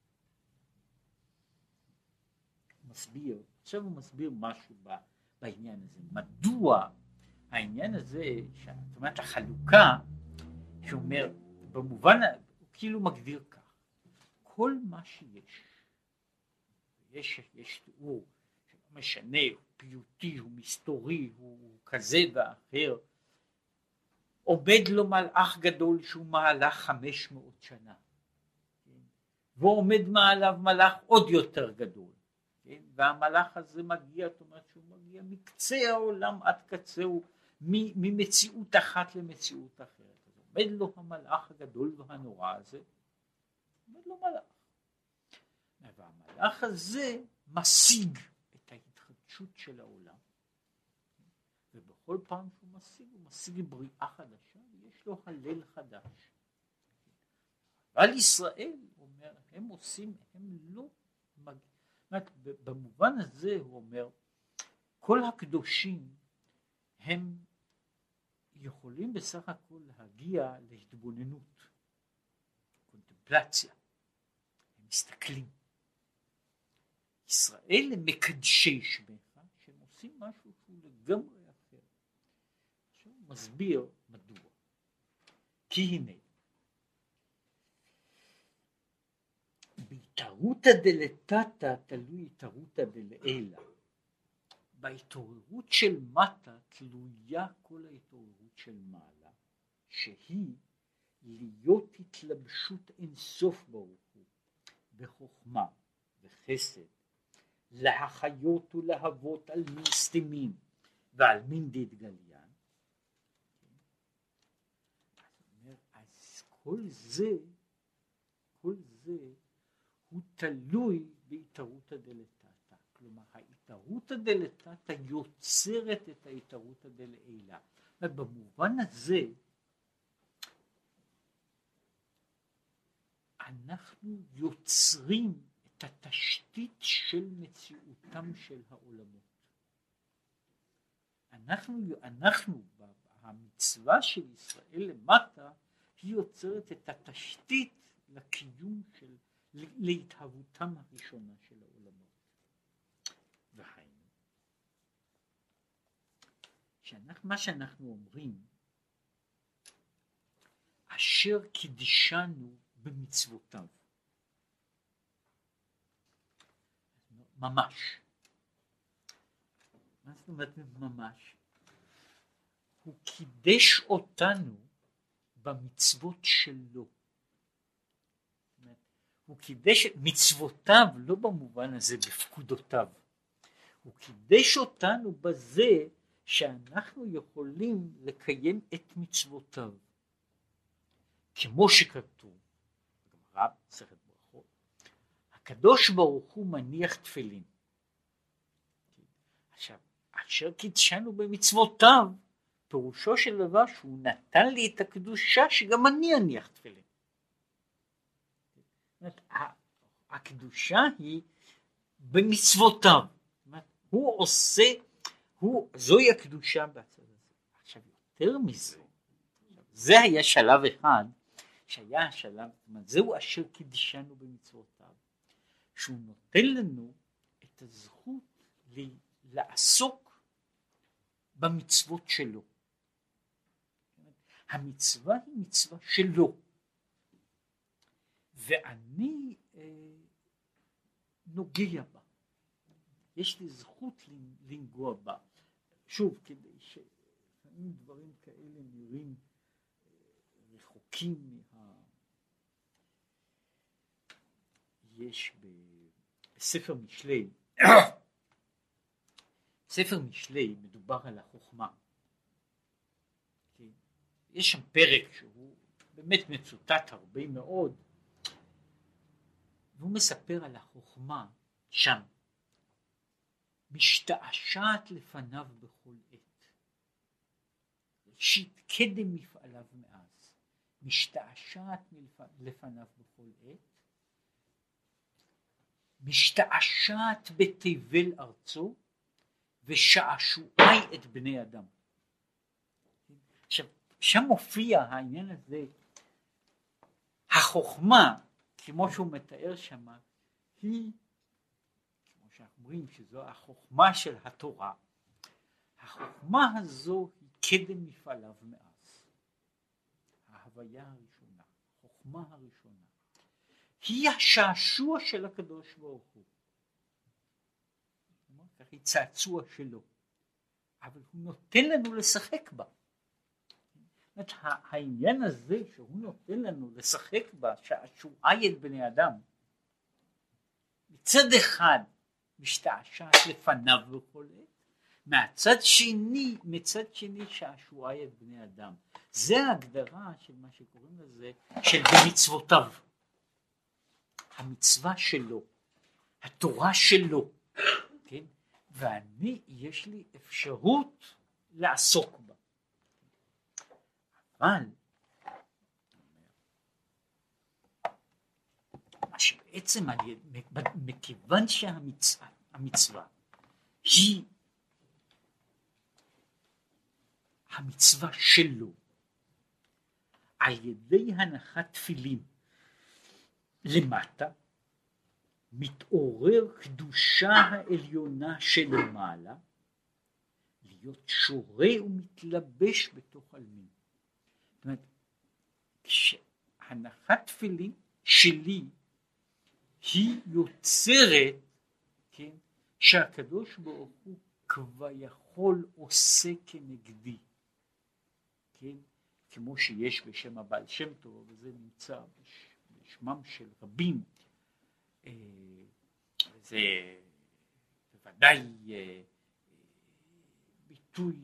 מסביר, עכשיו הוא מסביר משהו בעניין הזה. מדוע העניין הזה, זאת אומרת החלוקה, שאומר, במובן, הוא כאילו מגדיר כך, כל מה שיש, יש, יש תיאור, שלא משנה, הוא פיוטי, הוא מסתורי, הוא, הוא כזה ואחר, עומד לו מלאך גדול שהוא מעלה חמש מאות שנה, כן? ועומד מעליו מלאך עוד יותר גדול, כן? והמלאך הזה מגיע, זאת אומרת שהוא מגיע מקצה העולם עד קצהו, ממציאות אחת למציאות אחרת. אז עומד לו המלאך הגדול והנורא הזה, עומד לו מלאך. והמלאך הזה משיג את ההתחדשות של העולם, ובכל פעם שהוא משיג, הוא משיג בריאה חדשה, ויש לו הלל חדש. אבל ישראל, אומר, הם עושים, הם לא, במובן הזה הוא אומר, כל הקדושים הם יכולים בסך הכל להגיע להתבוננות, קונטמפלציה, הם מסתכלים. ישראל הם מקדשי שמך, שהם עושים משהו שהוא לגמרי אחר. עכשיו הוא מסביר מדוע. כי הנה, בהתערותא דלתתא תלוי התערותא דלעילא. בהתעוררות של מטה תלויה כל ההתעוררות של מעלה, שהיא להיות התלבשות אינסוף ברוך הוא, בחוכמה וחסד, להחיות ולהוות על מין סתימים ועל מין דתגליין. אז כל זה, כל זה הוא תלוי בהתערותא דלתתא. כלומר, ההתערותא דלתתא יוצרת את ההתערותא דלעילא. ובמובן הזה, אנחנו יוצרים את התשתית של מציאותם של העולמות. אנחנו, אנחנו, המצווה של ישראל למטה, היא יוצרת את התשתית לקיום של, להתהוותם הראשונה של העולמות. והיינו, שאנחנו, מה שאנחנו אומרים, אשר קידשנו במצוותיו. ממש. מה זאת אומרת ממש? הוא קידש אותנו במצוות שלו. הוא קידש את מצוותיו, לא במובן הזה בפקודותיו. הוא קידש אותנו בזה שאנחנו יכולים לקיים את מצוותיו. כמו שכתוב, בגמרא, מסכת ברכות, הקדוש ברוך הוא מניח תפילין. עכשיו, אשר קידשנו במצוותיו, פירושו של דבר שהוא נתן לי את הקדושה שגם אני אניח תפילין. הקדושה היא במצוותיו. הוא עושה, הוא, זוהי הקדושה בצד הזה. עכשיו, יותר מזה, זה היה שלב אחד, שהיה השלב, זהו אשר קידשנו במצוותיו, שהוא נותן לנו את הזכות לעסוק במצוות שלו. המצווה היא מצווה שלו, ואני אה, נוגע בה. יש לי זכות לנגוע בה. שוב, כדי שלפעמים דברים כאלה נראים רחוקים מה... יש בספר משלי, ספר משלי מדובר על החוכמה. יש שם פרק שהוא באמת מצוטט הרבה מאוד, והוא מספר על החוכמה שם, משתעשעת לפניו בכל עת. ראשית קדם מפעליו מאז, משתעשעת לפניו בכל עת, משתעשעת בתבל ארצו, ושעשועי את בני אדם. עכשיו, שם מופיע העניין הזה, החוכמה, כמו שהוא מתאר שם, היא, כמו שאנחנו אומרים, שזו החוכמה של התורה. החוכמה הזו היא קדם מפעליו מאז. ההוויה הראשונה, החוכמה הראשונה, היא השעשוע של הקדוש ברוך הוא. כך היא צעצוע שלו, אבל הוא נותן לנו לשחק בה. העניין הזה שהוא נותן לנו לשחק בה, שעשועי את בני אדם, מצד אחד משתעשעת לפניו בכל עת, מהצד שני, מצד שני שעשועי את בני אדם. זה ההגדרה של מה שקוראים לזה, של במצוותיו. המצווה שלו, התורה שלו, כן? ואני, יש לי אפשרות לעסוק בה. אבל, מה שבעצם, מכיוון שהמצווה, המצווה, היא המצווה שלו, על ידי הנחת תפילין למטה, מתעורר קדושה העליונה שלמעלה, להיות שורה ומתלבש בתוך עלמין. זאת אומרת, כשהנחת תפילין שלי, היא יוצרת, כן, שהקדוש ברוך הוא כביכול עושה כנגדי, כן, כמו שיש בשם הבעל שם טוב, וזה נמצא בשמם של רבים, זה בוודאי ביטוי,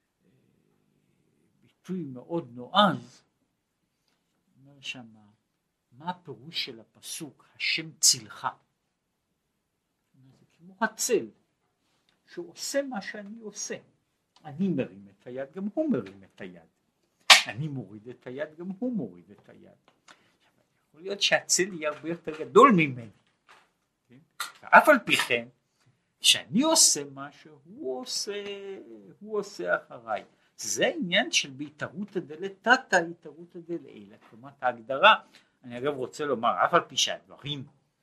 ביטוי מאוד נועז. אומר שמה, מה הפירוש של הפסוק, השם צילך? זה כמו הצל, שהוא עושה מה שאני עושה. אני מרים את היד, גם הוא מרים את היד. אני מוריד את היד, גם הוא מוריד את היד. יכול להיות שהצל יהיה הרבה יותר גדול ממני. כן? ואף על פי כן, כשאני עושה משהו, הוא עושה, הוא עושה אחריי. זה העניין של בהתערותא דלתתא, התערותא דלעילא. כלומר, ההגדרה, אני אגב רוצה לומר, אף על פי שהדברים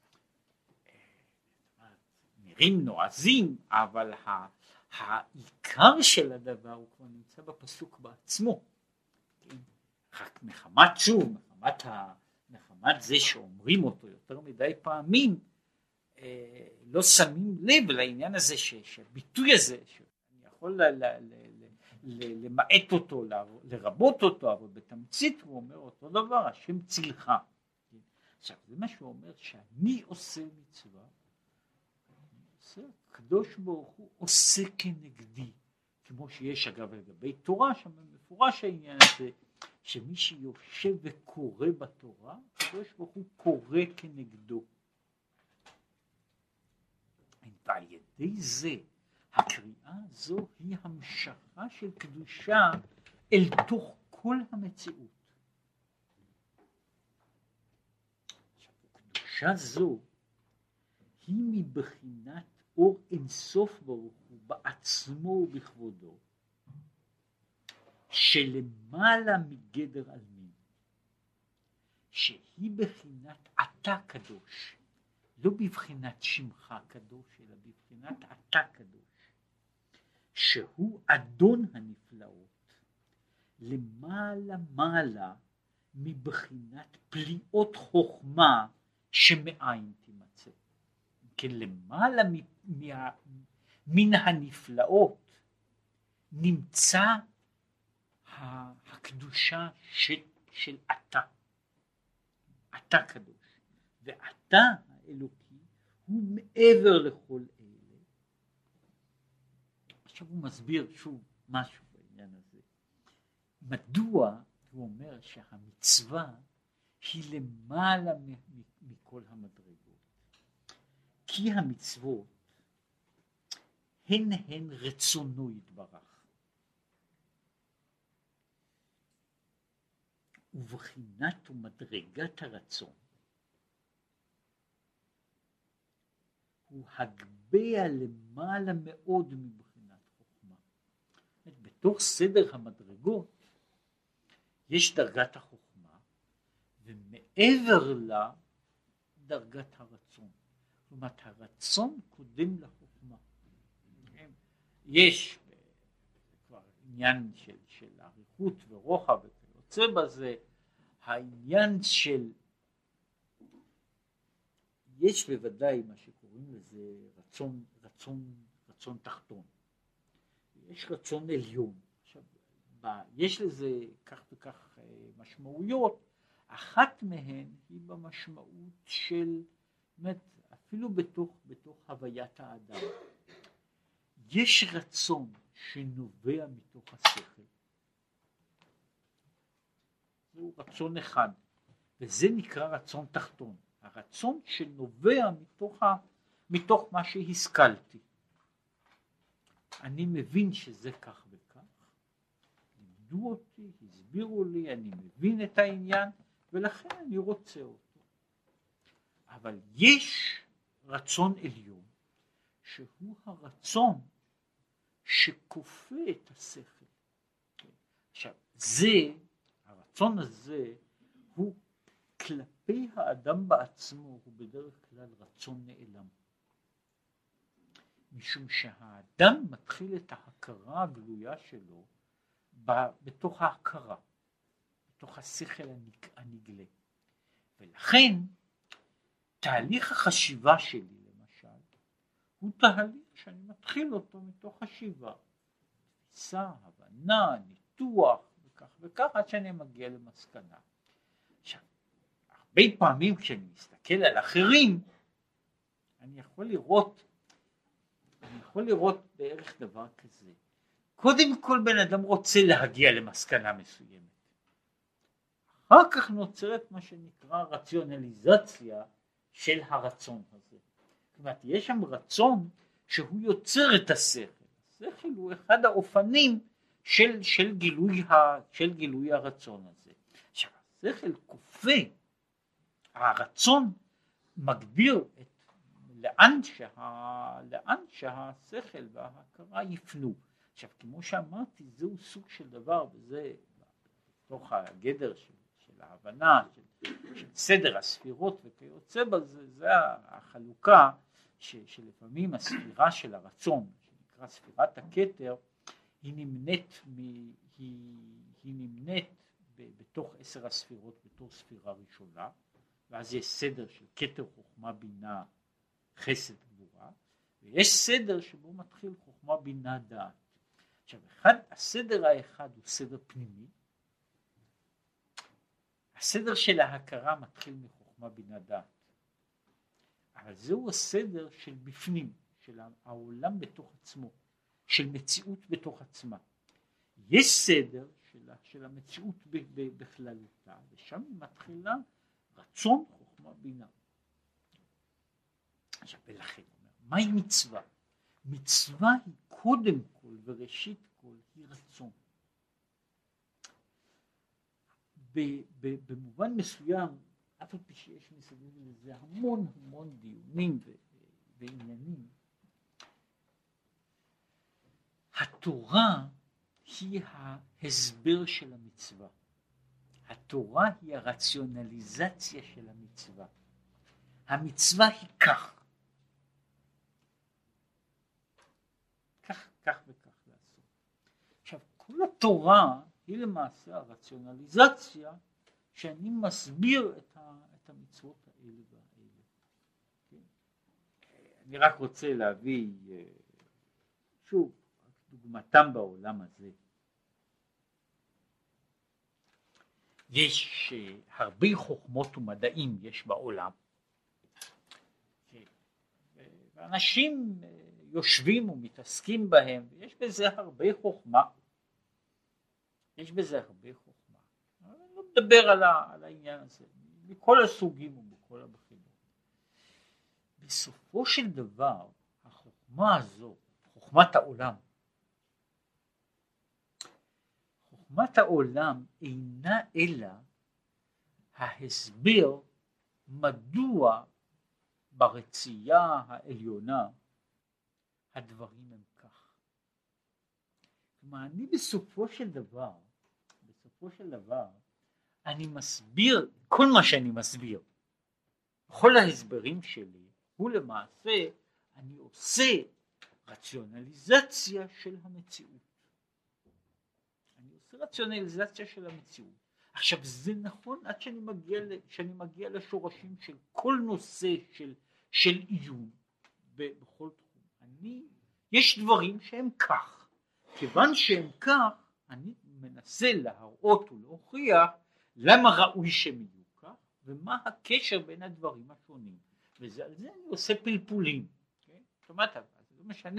נראים נועזים, אבל העיקר של הדבר הוא כבר נמצא בפסוק בעצמו. כן? רק מחמת שוב, מחמת, ה, מחמת זה שאומרים אותו יותר מדי פעמים, אה, לא שמים לב לעניין הזה, ש, שהביטוי הזה, שאני יכול ל, ל, ל, ל, ל, למעט אותו, ל, לרבות אותו, אבל בתמצית הוא אומר אותו דבר, השם צילך. כן? עכשיו, זה מה שהוא אומר, שאני עושה מצווה, הקדוש ברוך הוא עושה כנגדי, כמו שיש אגב לגבי תורה, שם מפורש העניין הזה, שמי שיושב וקורא בתורה, הקדוש ברוך הוא קורא כנגדו. ועל ידי זה, הקריאה הזו היא המשכה של קדושה אל תוך כל המציאות. עכשיו, קדושה זו היא מבחינת אור אינסוף ברוך הוא בעצמו ובכבודו, שלמעלה מגדר עלמין, שהיא בחינת אתה קדוש, לא בבחינת שמך קדוש, אלא בבחינת אתה קדוש, שהוא אדון הנפלאות, למעלה מעלה מבחינת פליאות חוכמה שמאין תימצא. כן, למעלה מה, מן הנפלאות נמצא הקדושה של, של אתה, אתה קדוש, ואתה האלוקי הוא מעבר לכל אלה. עכשיו הוא מסביר שוב משהו בעניין הזה. מדוע הוא אומר שהמצווה היא למעלה מכל המדרגות? כי המצוות הן הן רצונו יתברך, ובחינת ומדרגת הרצון הוא הגביה למעלה מאוד מבחינת חוכמה. בתוך סדר המדרגות יש דרגת החוכמה, ומעבר לה דרגת הרצון. זאת אומרת, הרצון קודם לחוכמה. יש כבר עניין של, של אריכות ורוחב וכיוצא בזה, העניין של, יש בוודאי מה שקוראים לזה רצון, רצון, רצון תחתון. יש רצון עליון. עכשיו, יש לזה כך וכך משמעויות, אחת מהן היא במשמעות של, באמת, אפילו בתוך, בתוך הוויית האדם. יש רצון שנובע מתוך השכל, זהו רצון אחד, וזה נקרא רצון תחתון, הרצון שנובע מתוך, ה, מתוך מה שהשכלתי. אני מבין שזה כך וכך, לימדו אותי, הסבירו לי, אני מבין את העניין, ולכן אני רוצה אותו. אבל יש רצון עליון, שהוא הרצון שכופה את השכל. עכשיו, זה, הרצון הזה, הוא כלפי האדם בעצמו, הוא בדרך כלל רצון נעלם. משום שהאדם מתחיל את ההכרה הגלויה שלו בתוך ההכרה, בתוך השכל הנגלה. ולכן, תהליך החשיבה שלי, למשל, הוא תהליך שאני מתחיל אותו מתוך חשיבה, תפיסה, הבנה, ניתוח, וכך וכך, עד שאני מגיע למסקנה. עכשיו, הרבה פעמים כשאני מסתכל על אחרים, אני יכול לראות, אני יכול לראות בערך דבר כזה. קודם כל בן אדם רוצה להגיע למסקנה מסוימת. אחר כך נוצרת מה שנקרא רציונליזציה של הרצון הזה. זאת אומרת, יש שם רצון שהוא יוצר את השכל. השכל הוא אחד האופנים של, של, גילוי, ה, של גילוי הרצון הזה. עכשיו, השכל כופה, הרצון מגביר את, לאן, שה, לאן שהשכל וההכרה יפנו. עכשיו, כמו שאמרתי, זהו סוג של דבר, וזה בתוך הגדר של, של ההבנה, של, של סדר הספירות וכיוצא בזה, זה החלוקה ש, שלפעמים הספירה של הרצון, שנקרא ספירת הכתר, היא נמנית, מ, היא, היא נמנית ב, בתוך עשר הספירות בתור ספירה ראשונה, ואז יש סדר של כתר חוכמה בינה חסד גבורה, ויש סדר שבו מתחיל חוכמה בינה דעת. עכשיו, אחד, הסדר האחד הוא סדר פנימי, הסדר של ההכרה מתחיל מחוכמה בינה דעת, אבל זהו הסדר של בפנים, של העולם בתוך עצמו, של מציאות בתוך עצמה. יש סדר של, של המציאות בכללותה, ושם היא מתחילה רצון חוכמה בינה. עכשיו, ולכן, מהי מצווה? מצווה היא קודם כל וראשית כל היא רצון. במובן מסוים, אף על פי שיש מסביב לזה המון המון דיונים ועניינים, התורה היא ההסבר של המצווה. התורה היא הרציונליזציה של המצווה. המצווה היא כך. כך, כך וכך לעשות. עכשיו, כל התורה היא למעשה הרציונליזציה שאני מסביר את, ה, את המצוות האלה והאלה. כן? אני רק רוצה להביא שוב דוגמתם בעולם הזה. יש הרבה חוכמות ומדעים יש בעולם. כן? ואנשים יושבים ומתעסקים בהם, ויש בזה הרבה חוכמה. יש בזה הרבה חוכמה. אני לא מדבר על, ה, על העניין הזה, מכל הסוגים ובכל הבחינות. בסופו של דבר, החוכמה הזו, חוכמת העולם, חוכמת העולם אינה אלא ההסבר מדוע ברצייה העליונה הדברים הם כך. כלומר, אני בסופו של דבר, בסופו של דבר, אני מסביר, כל מה שאני מסביר, כל ההסברים שלי, הוא למעשה, אני עושה רציונליזציה של המציאות. אני עושה רציונליזציה של המציאות. עכשיו, זה נכון עד שאני מגיע, שאני מגיע לשורשים של כל נושא של, של עיון בכל תחום. אני, יש דברים שהם כך. כיוון שהם כך, אני מנסה להראות ולהוכיח למה ראוי שהם יהיו כך, ומה הקשר בין הדברים השונים. ועל זה אני עושה פלפולים. כן? זאת אומרת, זה לא משנה,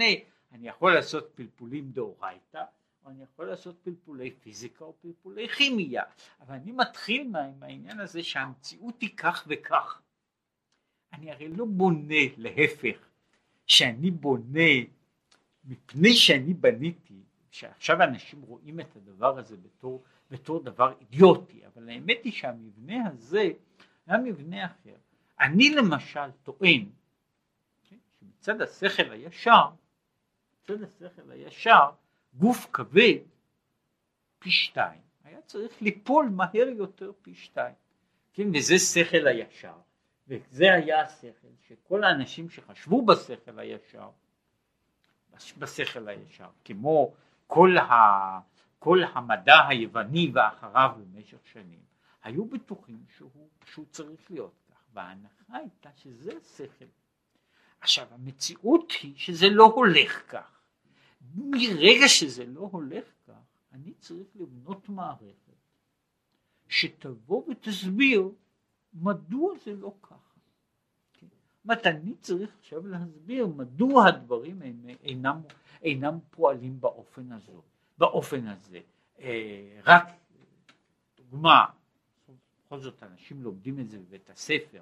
אני יכול לעשות פלפולים דאורייתא, או אני יכול לעשות פלפולי פיזיקה או פלפולי כימיה, אבל אני מתחיל מה, מהעניין הזה שהמציאות היא כך וכך. אני הרי לא בונה, להפך, שאני בונה מפני שאני בניתי, שעכשיו אנשים רואים את הדבר הזה בתור, בתור דבר אידיוטי, אבל האמת היא שהמבנה הזה היה מבנה אחר. אני למשל טוען, שמצד השכל הישר, מצד השכל הישר, גוף כבד פי שתיים, היה צריך ליפול מהר יותר פי שתיים, כן? וזה שכל הישר, וזה היה השכל שכל האנשים שחשבו בשכל הישר, בשכל הישר, כמו כל, ה, כל המדע היווני ואחריו במשך שנים, היו בטוחים שהוא, שהוא צריך להיות כך, וההנחה הייתה שזה השכל. עכשיו המציאות היא שזה לא הולך כך. מרגע שזה לא הולך כך, אני צריך לבנות מערכת שתבוא ותסביר מדוע זה לא ככה. זאת אומרת, אני צריך עכשיו להסביר מדוע הדברים אינם, אינם פועלים באופן הזה. באופן הזה. רק דוגמה, בכל זאת אנשים לומדים את זה בבית הספר.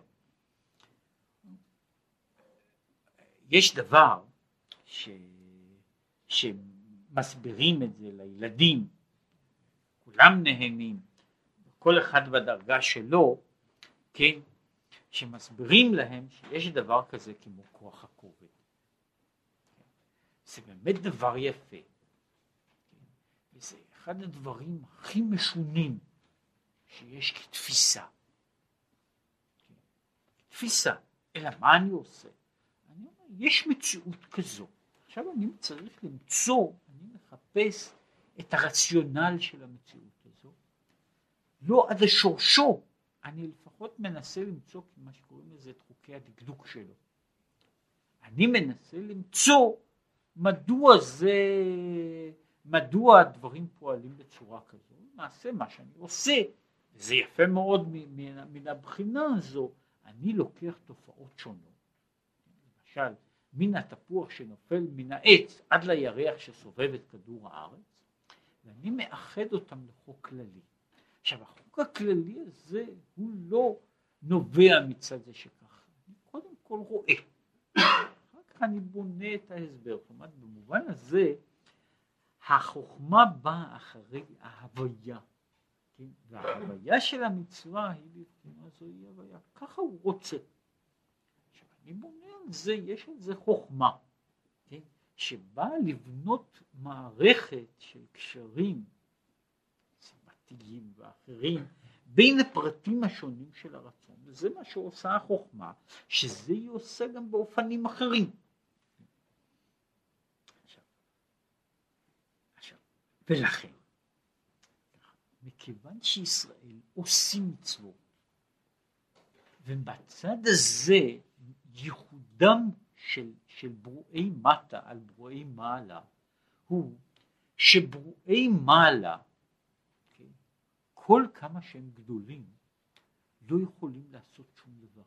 יש דבר ש... שמסבירים את זה לילדים, כולם נהנים, כל אחד בדרגה שלו, כן, שמסבירים להם שיש דבר כזה כמו כוח הכובד. זה באמת דבר יפה. וזה אחד הדברים הכי משונים שיש כתפיסה. תפיסה, אלא מה אני עושה? אני אומר, יש מציאות כזו. עכשיו אני צריך למצוא, אני מחפש את הרציונל של המציאות הזו. לא עד השורשו, אני לפחות מנסה למצוא מה שקוראים לזה את חוקי הדקדוק שלו. אני מנסה למצוא מדוע זה, מדוע הדברים פועלים בצורה כזו. למעשה מה שאני עושה, זה יפה מאוד מן, מן הבחינה הזו, אני לוקח תופעות שונות. למשל, מן התפוח שנופל מן העץ עד לירח שסובב את כדור הארץ, ואני מאחד אותם לחוק כללי. עכשיו, החוק הכללי הזה הוא לא נובע מצד זה שכך. אני קודם כל רואה. אחר כך אני בונה את ההסבר. זאת אומרת, במובן הזה, החוכמה באה אחרי ההוויה. כן? וההוויה של המצווה היא בבחינה זו היא הוויה. ככה הוא רוצה. עכשיו, אני בונה על זה, יש על זה חוכמה. כן? שבאה לבנות מערכת של קשרים, סיבתיים ואחרים, בין הפרטים השונים של הרצון. וזה מה שעושה החוכמה, שזה היא עושה גם באופנים אחרים. עכשיו, עכשיו, ולכן, מכיוון שישראל עושים מצוות, ובצד הזה ייחודם של, של ברואי מטה על ברואי מעלה, הוא שברואי מעלה, כל כמה שהם גדולים, לא יכולים לעשות שום דבר.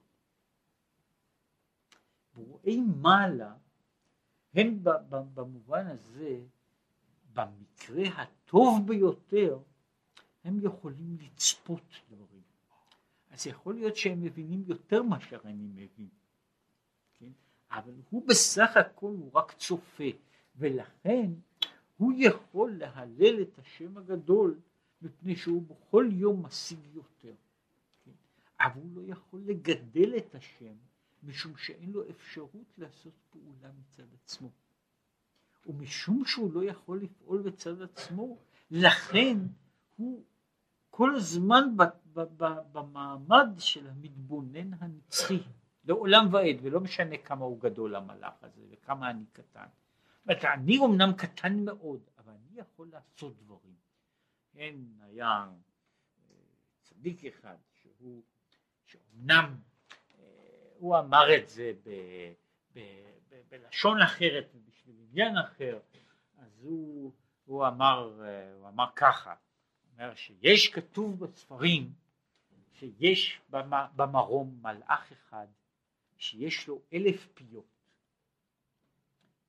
ברואי מעלה, הם במובן הזה, במקרה הטוב ביותר, הם יכולים לצפות דברים. אז יכול להיות שהם מבינים יותר מאשר אני מבין. כן? אבל הוא בסך הכל הוא רק צופה, ולכן הוא יכול להלל את השם הגדול, מפני שהוא בכל יום משיג יותר. כן? אבל הוא לא יכול לגדל את השם, משום שאין לו אפשרות לעשות פעולה מצד עצמו. ומשום שהוא לא יכול לפעול בצד עצמו, לכן הוא כל הזמן במעמד של המתבונן הנצחי, לעולם ועד, ולא משנה כמה הוא גדול המלאך הזה, וכמה אני קטן. אני אומנם קטן מאוד, אבל אני יכול לעשות דברים. כן, היה צדיק אחד, שהוא, שאומנם הוא אמר את זה ב, ב, ב, בלשון אחרת ובשביל עניין אחר, אז הוא, הוא אמר, הוא אמר ככה, אומר שיש כתוב בספרים שיש במרום מלאך אחד שיש לו אלף פיות,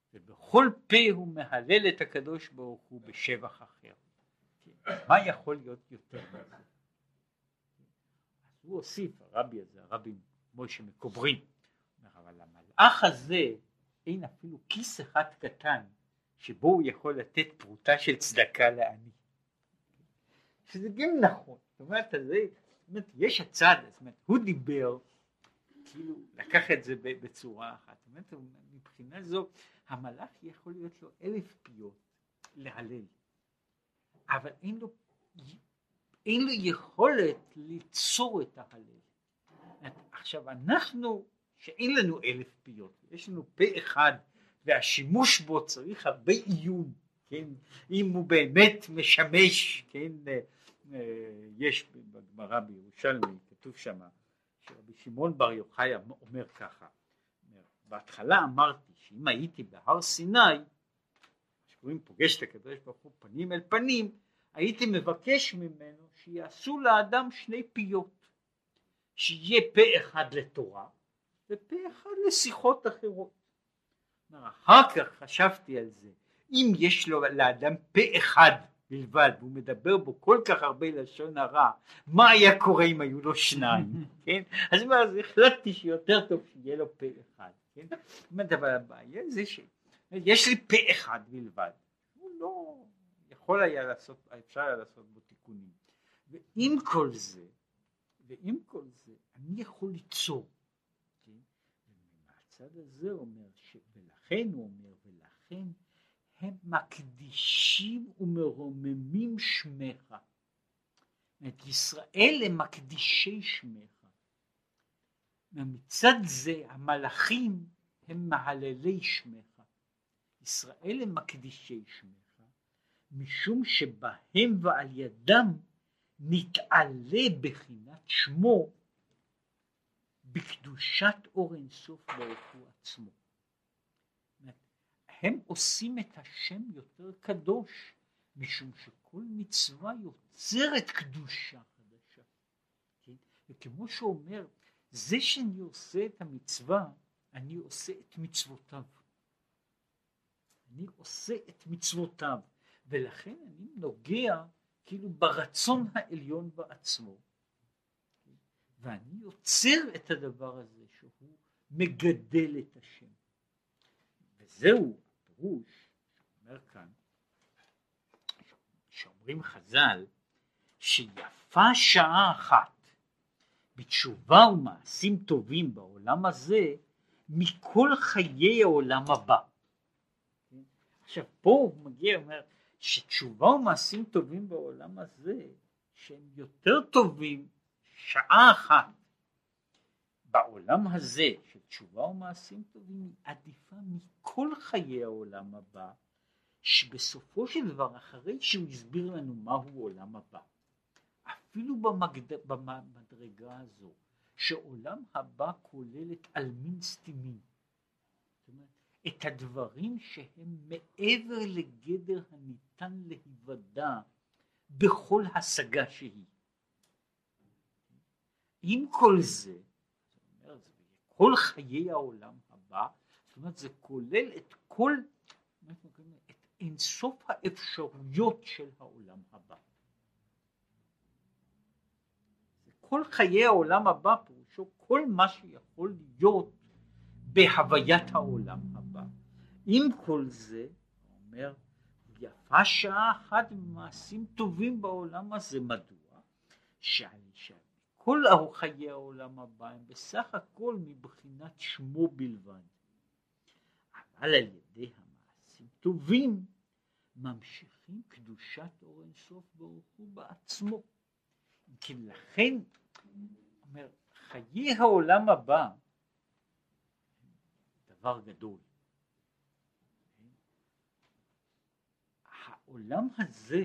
ובכל פה הוא מהלל את הקדוש ברוך הוא בשבח אחר. מה יכול להיות יותר מזה? אז הוא הוסיף, הרבי הזה, הרבי משה מקוברין, אבל המלאך הזה אין אפילו כיס אחד קטן שבו הוא יכול לתת פרוטה של צדקה לעני. שזה גם נכון. זאת אומרת, זה, זאת אומרת, יש הצד, זאת אומרת, הוא דיבר, כאילו, לקח את זה בצורה אחת. זאת אומרת, מבחינה זו, המלאך יכול להיות לו אלף פיות להלל, אבל אין לו, אין לו יכולת ליצור את ההלל. עכשיו, אנחנו, שאין לנו אלף פיות, יש לנו פה אחד, והשימוש בו צריך הרבה עיון, כן? אם הוא באמת משמש, כן? יש בגמרא בירושלמי, כתוב שמה, שרבי שמעון בר יוחאי אומר ככה, בהתחלה אמרתי שאם הייתי בהר סיני, שקוראים פוגש את הקדוש ברוך הוא פנים אל פנים, הייתי מבקש ממנו שיעשו לאדם שני פיות, שיהיה פה אחד לתורה, ופה אחד לשיחות אחרות. אחר כך חשבתי על זה, אם יש לו לאדם פה אחד בלבד, והוא מדבר בו כל כך הרבה לשון הרע, מה היה קורה אם היו לו שניים? כן? אז מה, אז החלטתי שיותר טוב שיהיה לו פה אחד. כן? אבל הבעיה זה שיש לי פה אחד בלבד, הוא לא יכול היה לעשות, אפשר היה לעשות בו תיקונים. ועם כל זה, ועם כל זה, אני יכול ליצור. כן? ומהצד הזה אומר, ש... ולכן הוא אומר, ולכן הם מקדישים ומרוממים שמך. את ישראל הם מקדישי שמך. מצד זה המלאכים הם מהללי שמך. ישראל הם מקדישי שמך, משום שבהם ועל ידם נתעלה בחינת שמו בקדושת אור אינסוף ברוך הוא עצמו. הם עושים את השם יותר קדוש, משום שכל מצווה יוצרת קדושה חדשה. כן? וכמו שאומר, זה שאני עושה את המצווה, אני עושה את מצוותיו. אני עושה את מצוותיו, ולכן אני נוגע כאילו ברצון העליון בעצמו. כן? ואני יוצר את הדבר הזה שהוא מגדל את השם. וזהו הפירוש שאומר כאן, שאומרים חז"ל, שיפה שעה אחת בתשובה ומעשים טובים בעולם הזה מכל חיי העולם הבא. עכשיו פה הוא מגיע ואומר שתשובה ומעשים טובים בעולם הזה שהם יותר טובים שעה אחת בעולם הזה של תשובה ומעשים טובים היא עדיפה מכל חיי העולם הבא, שבסופו של דבר אחרי שהוא הסביר לנו מהו עולם הבא, אפילו במגד... במדרגה הזו שעולם הבא כולל את אלמין סתימים, זאת אומרת את הדברים שהם מעבר לגדר הניתן להיוודע בכל השגה שהיא. עם כל זה, זאת אומרת, כל חיי העולם הבא, זאת אומרת זה כולל את כל את אינסוף האפשרויות של העולם הבא. כל חיי העולם הבא פירושו כל מה שיכול להיות בהוויית העולם הבא. עם כל זה, הוא אומר, יפה שעה אחת במעשים טובים בעולם הזה. מדוע? שכל חיי העולם הבא הם בסך הכל מבחינת שמו בלבד. אבל על ידי המעשים טובים ממשיכים קדושת אור אינסוף ברוך הוא בעצמו. כי לכן, אומר, חיי העולם הבא דבר גדול. העולם הזה,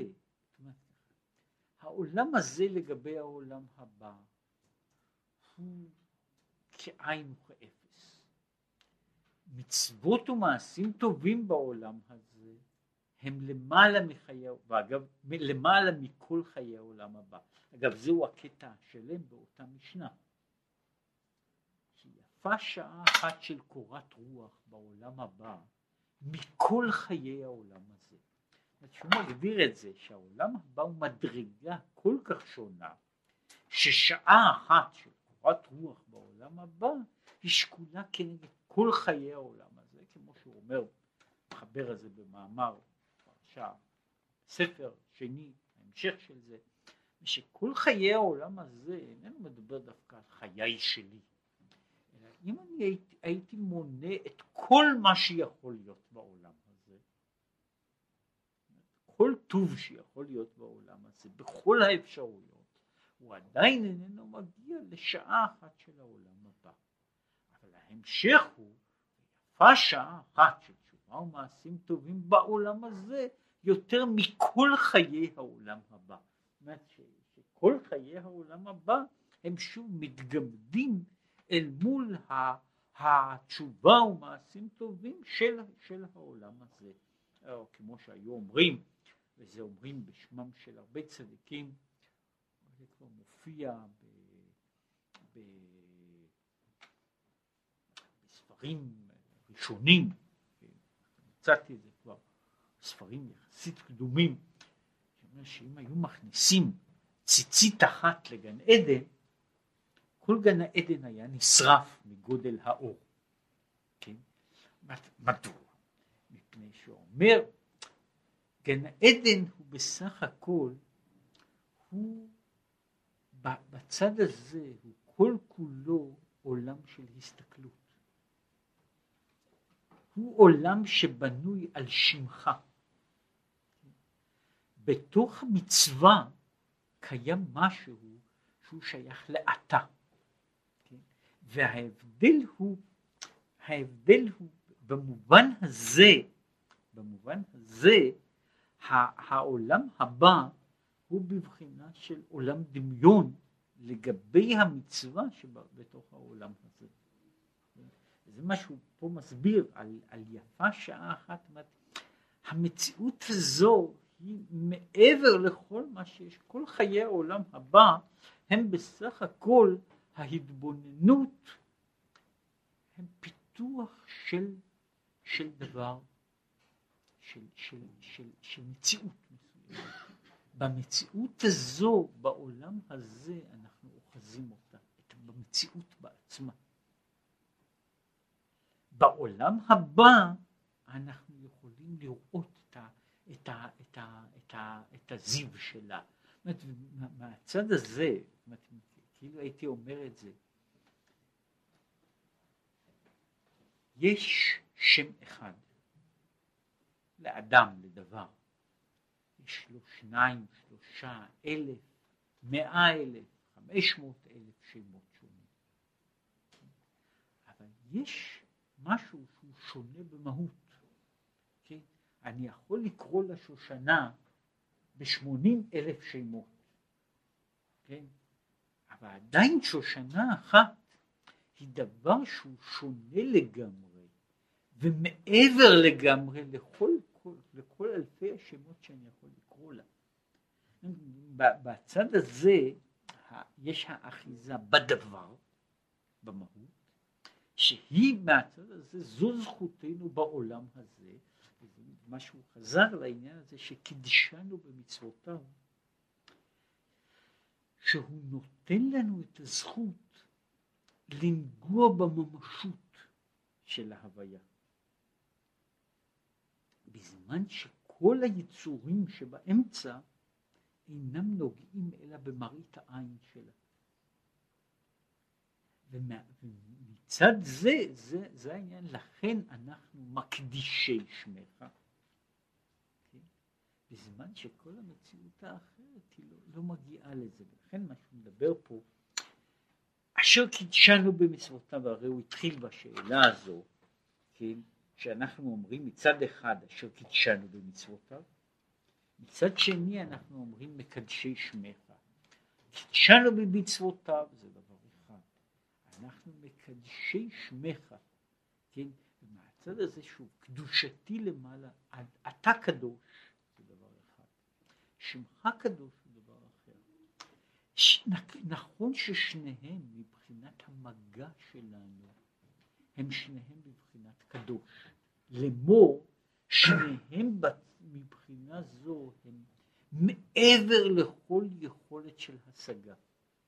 העולם הזה לגבי העולם הבא הוא כאין וכאפס. מצוות ומעשים טובים בעולם הזה הם למעלה מחיי, ואגב למעלה מכל חיי העולם הבא. אגב זהו הקטע השלם באותה משנה. שיפה שעה אחת של קורת רוח בעולם הבא מכל חיי העולם הזה. שהוא מגדיר את זה שהעולם הבא הוא מדרגה כל כך שונה, ששעה אחת של קורת רוח בעולם הבא היא שקולה כנגד כל חיי העולם הזה, כמו שהוא אומר, מחבר הזה במאמר פרשה, ספר שני, ההמשך של זה, שכל חיי העולם הזה איננו מדבר דווקא על חיי שלי, אלא אם אני הייתי, הייתי מונה את כל מה שיכול להיות בעולם הזה, כל טוב שיכול להיות בעולם הזה, בכל האפשרויות, הוא עדיין איננו מגיע לשעה אחת של העולם הבא. אבל ההמשך הוא, יפה שעה אחת של תשובה ומעשים טובים בעולם הזה, יותר מכל חיי העולם הבא. זאת אומרת שכל חיי העולם הבא הם שוב מתגמדים אל מול התשובה ומעשים טובים של, של העולם הזה. או כמו שהיו אומרים, וזה אומרים בשמם של הרבה צדיקים, זה כבר מופיע ב, ב, בספרים ראשונים, מצאתי את זה כבר, ספרים יחסית קדומים, שאומר שאם היו מכניסים ציצית אחת לגן עדן, כל גן העדן היה נשרף מגודל האור. כן? מדוע? מפני שאומר, גן העדן הוא בסך הכל, הוא בצד הזה, הוא כל כולו עולם של הסתכלות. הוא עולם שבנוי על שמך. בתוך המצווה קיים משהו שהוא שייך לאתה. וההבדל הוא, ההבדל הוא במובן הזה, במובן הזה, העולם הבא הוא בבחינה של עולם דמיון לגבי המצווה שבתוך העולם הזה. זה מה שהוא פה מסביר על, על יפה שעה אחת. המציאות הזו היא מעבר לכל מה שיש. כל חיי העולם הבא הם בסך הכל ההתבוננות, הם פיתוח של, של דבר, של, של, של, של מציאות מסוימת. במציאות הזו, בעולם הזה, אנחנו אוחזים אותה, במציאות בעצמה. בעולם הבא אנחנו יכולים לראות את, ה, את, ה, את, ה, את, ה, את הזיו שלה. זאת אומרת, מהצד הזה, זאת אומרת, כאילו הייתי אומר את זה, יש שם אחד לאדם, לדבר. יש לו שניים, שלושה, אלף, מאה אלף, חמש מאות אלף שמות שונים. אבל יש משהו שהוא שונה במהות. כן? אני יכול לקרוא לשושנה בשמונים אלף שמות. כן? אבל עדיין שושנה אחת היא דבר שהוא שונה לגמרי, ומעבר לגמרי לכל, כל, לכל אלפי השמות שאני יכול לקרוא לה. בצד הזה יש האחיזה בדבר, במהות, שהיא מהצד הזה, זו זכותנו בעולם הזה, וזה משהו חזר לעניין הזה שקידשנו במצוותיו, שהוא נותן לנו את הזכות לנגוע בממשות של ההוויה. בזמן שכל היצורים שבאמצע אינם נוגעים אלא במראית העין שלה. ומצד זה, זה, זה העניין, לכן אנחנו מקדישי שמך. כן? בזמן שכל המציאות האחרת היא לא, לא מגיעה לזה. ולכן מה שהוא מדבר פה, אשר קידשנו במצוותיו, הרי הוא התחיל בשאלה הזו, כן? שאנחנו אומרים מצד אחד אשר קידשנו במצוותיו, מצד שני אנחנו אומרים מקדשי שמך. קידשנו במצוותיו זה דבר אחד, אנחנו מקדשי שמך, כן? ומהצד הזה שוב קדושתי למעלה, אתה קדוש זה דבר אחד, שמך קדוש זה דבר אחר. נכון ששניהם מבחינת המגע שלנו הם שניהם בבחינת קדוש. לאמור, שניהם מבחינה זו הם מעבר לכל יכולת של השגה.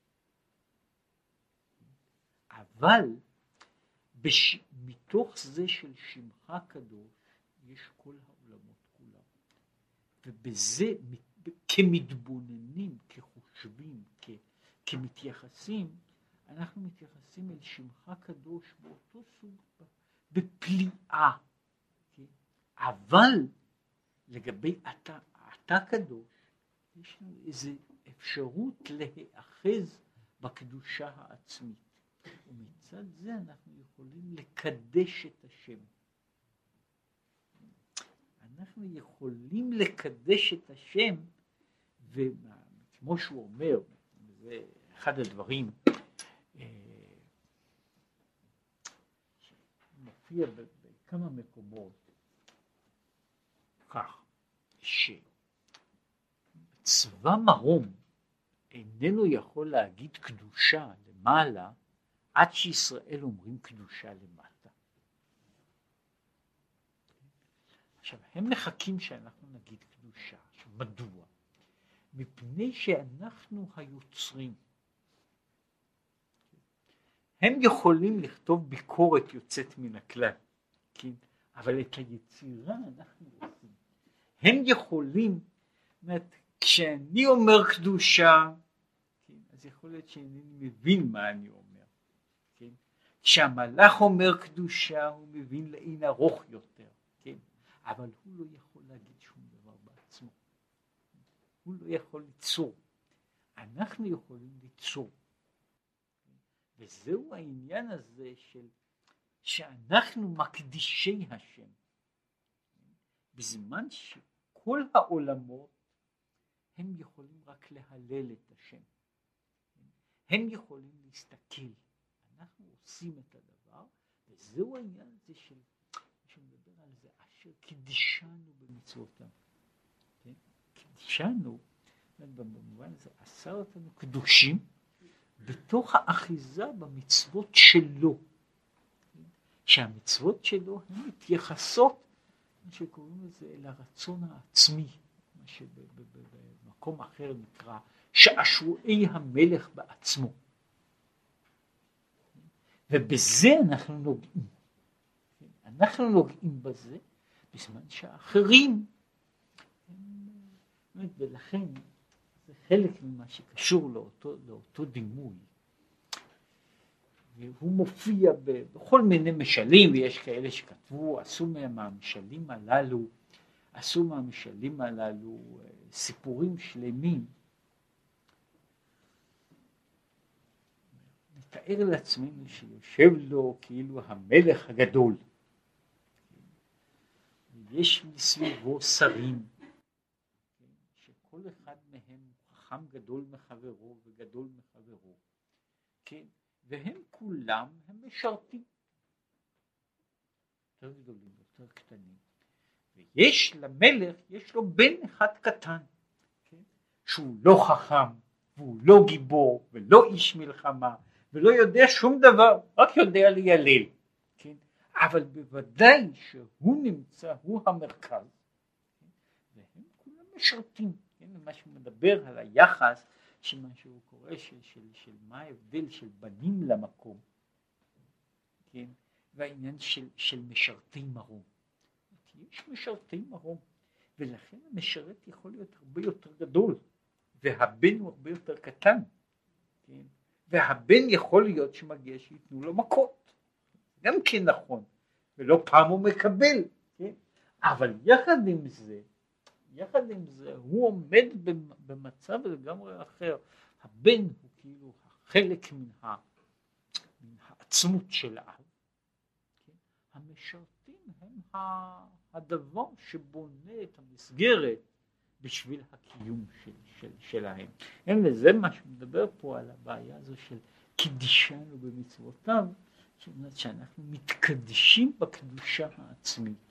אבל בש... מתוך זה של שמך קדוש יש כל העולמות כולם, ובזה כמתבוננים, כחושבים, כ... כמתייחסים, אנחנו מתייחסים אל שמך קדוש באותו סוג, בפליאה, כן? אבל לגבי אתה, אתה קדוש, יש לנו איזו אפשרות להיאחז בקדושה העצמית, ומצד זה אנחנו יכולים לקדש את השם. אנחנו יכולים לקדש את השם, וכמו שהוא אומר, זה אחד הדברים שמופיע בכמה מקומות, כך שצבא מרום איננו יכול להגיד קדושה למעלה עד שישראל אומרים קדושה למטה. עכשיו הם מחכים שאנחנו נגיד קדושה. עכשיו מדוע? מפני שאנחנו היוצרים. הם יכולים לכתוב ביקורת יוצאת מן הכלל, כן? אבל את היצירה אנחנו עושים. הם יכולים, אומרת, כשאני אומר קדושה, כן, אז יכול להיות שאני מבין מה אני אומר. כן? כשהמלאך אומר קדושה, הוא מבין לאין ארוך יותר. כן? אבל הוא לא יכול להגיד שום דבר בעצמו. הוא לא יכול ליצור. אנחנו יכולים ליצור. וזהו העניין הזה של שאנחנו מקדישי השם. בזמן שכל העולמות הם יכולים רק להלל את השם. הם יכולים להסתכל. אנחנו עושים את הדבר, וזהו העניין הזה של, שמדבר על זה, אשר קידשנו במצוותיו. כן? קידשנו, במובן הזה, עשה אותנו קדושים, בתוך האחיזה במצוות שלו. שהמצוות שלו הן מתייחסות, מה שקוראים לזה, אל הרצון העצמי, מה שבמקום אחר נקרא שעשועי המלך בעצמו. ובזה אנחנו נוגעים. אנחנו נוגעים בזה בזמן שהאחרים, ולכן זה חלק ממה שקשור לאותו, לאותו דימוי. והוא מופיע בכל מיני משלים, ויש כאלה שכתבו, עשו מהמשלים הללו, עשו מהמשלים הללו סיפורים שלמים. נתאר לעצמנו שיושב לו כאילו המלך הגדול. ויש מסביבו שרים, שכל אחד מהם חכם גדול מחברו וגדול מחברו. כן? והם כולם הם משרתים. יותר גדולים, יותר קטנים. ויש למלך, יש לו בן אחד קטן, כן? שהוא לא חכם, והוא לא גיבור, ולא איש מלחמה, ולא יודע שום דבר, רק יודע לילל. כן? אבל בוודאי שהוא נמצא, הוא המרכז. כן? והם כולם משרתים. כן? מה שמדבר על היחס, שמה שהוא קורא של, של, של מה ההבדל של בנים למקום, כן? והעניין של, של משרתי מרום. יש משרתי מרום, ולכן המשרת יכול להיות הרבה יותר גדול, והבן הוא הרבה יותר קטן, כן? והבן יכול להיות שמגיע שיתנו לו מכות, גם כן נכון, ולא פעם הוא מקבל, כן? אבל יחד עם זה, יחד עם זה הוא עומד במצב לגמרי אחר. הבן הוא כאילו חלק מן, ה, מן העצמות של האב. כן? המשרתים הם הדבר שבונה את המסגרת בשביל הקיום של, של, שלהם. כן? וזה מה שמדבר פה על הבעיה הזו של קידשנו במצוותיו, שאנחנו מתקדשים בקדושה העצמית.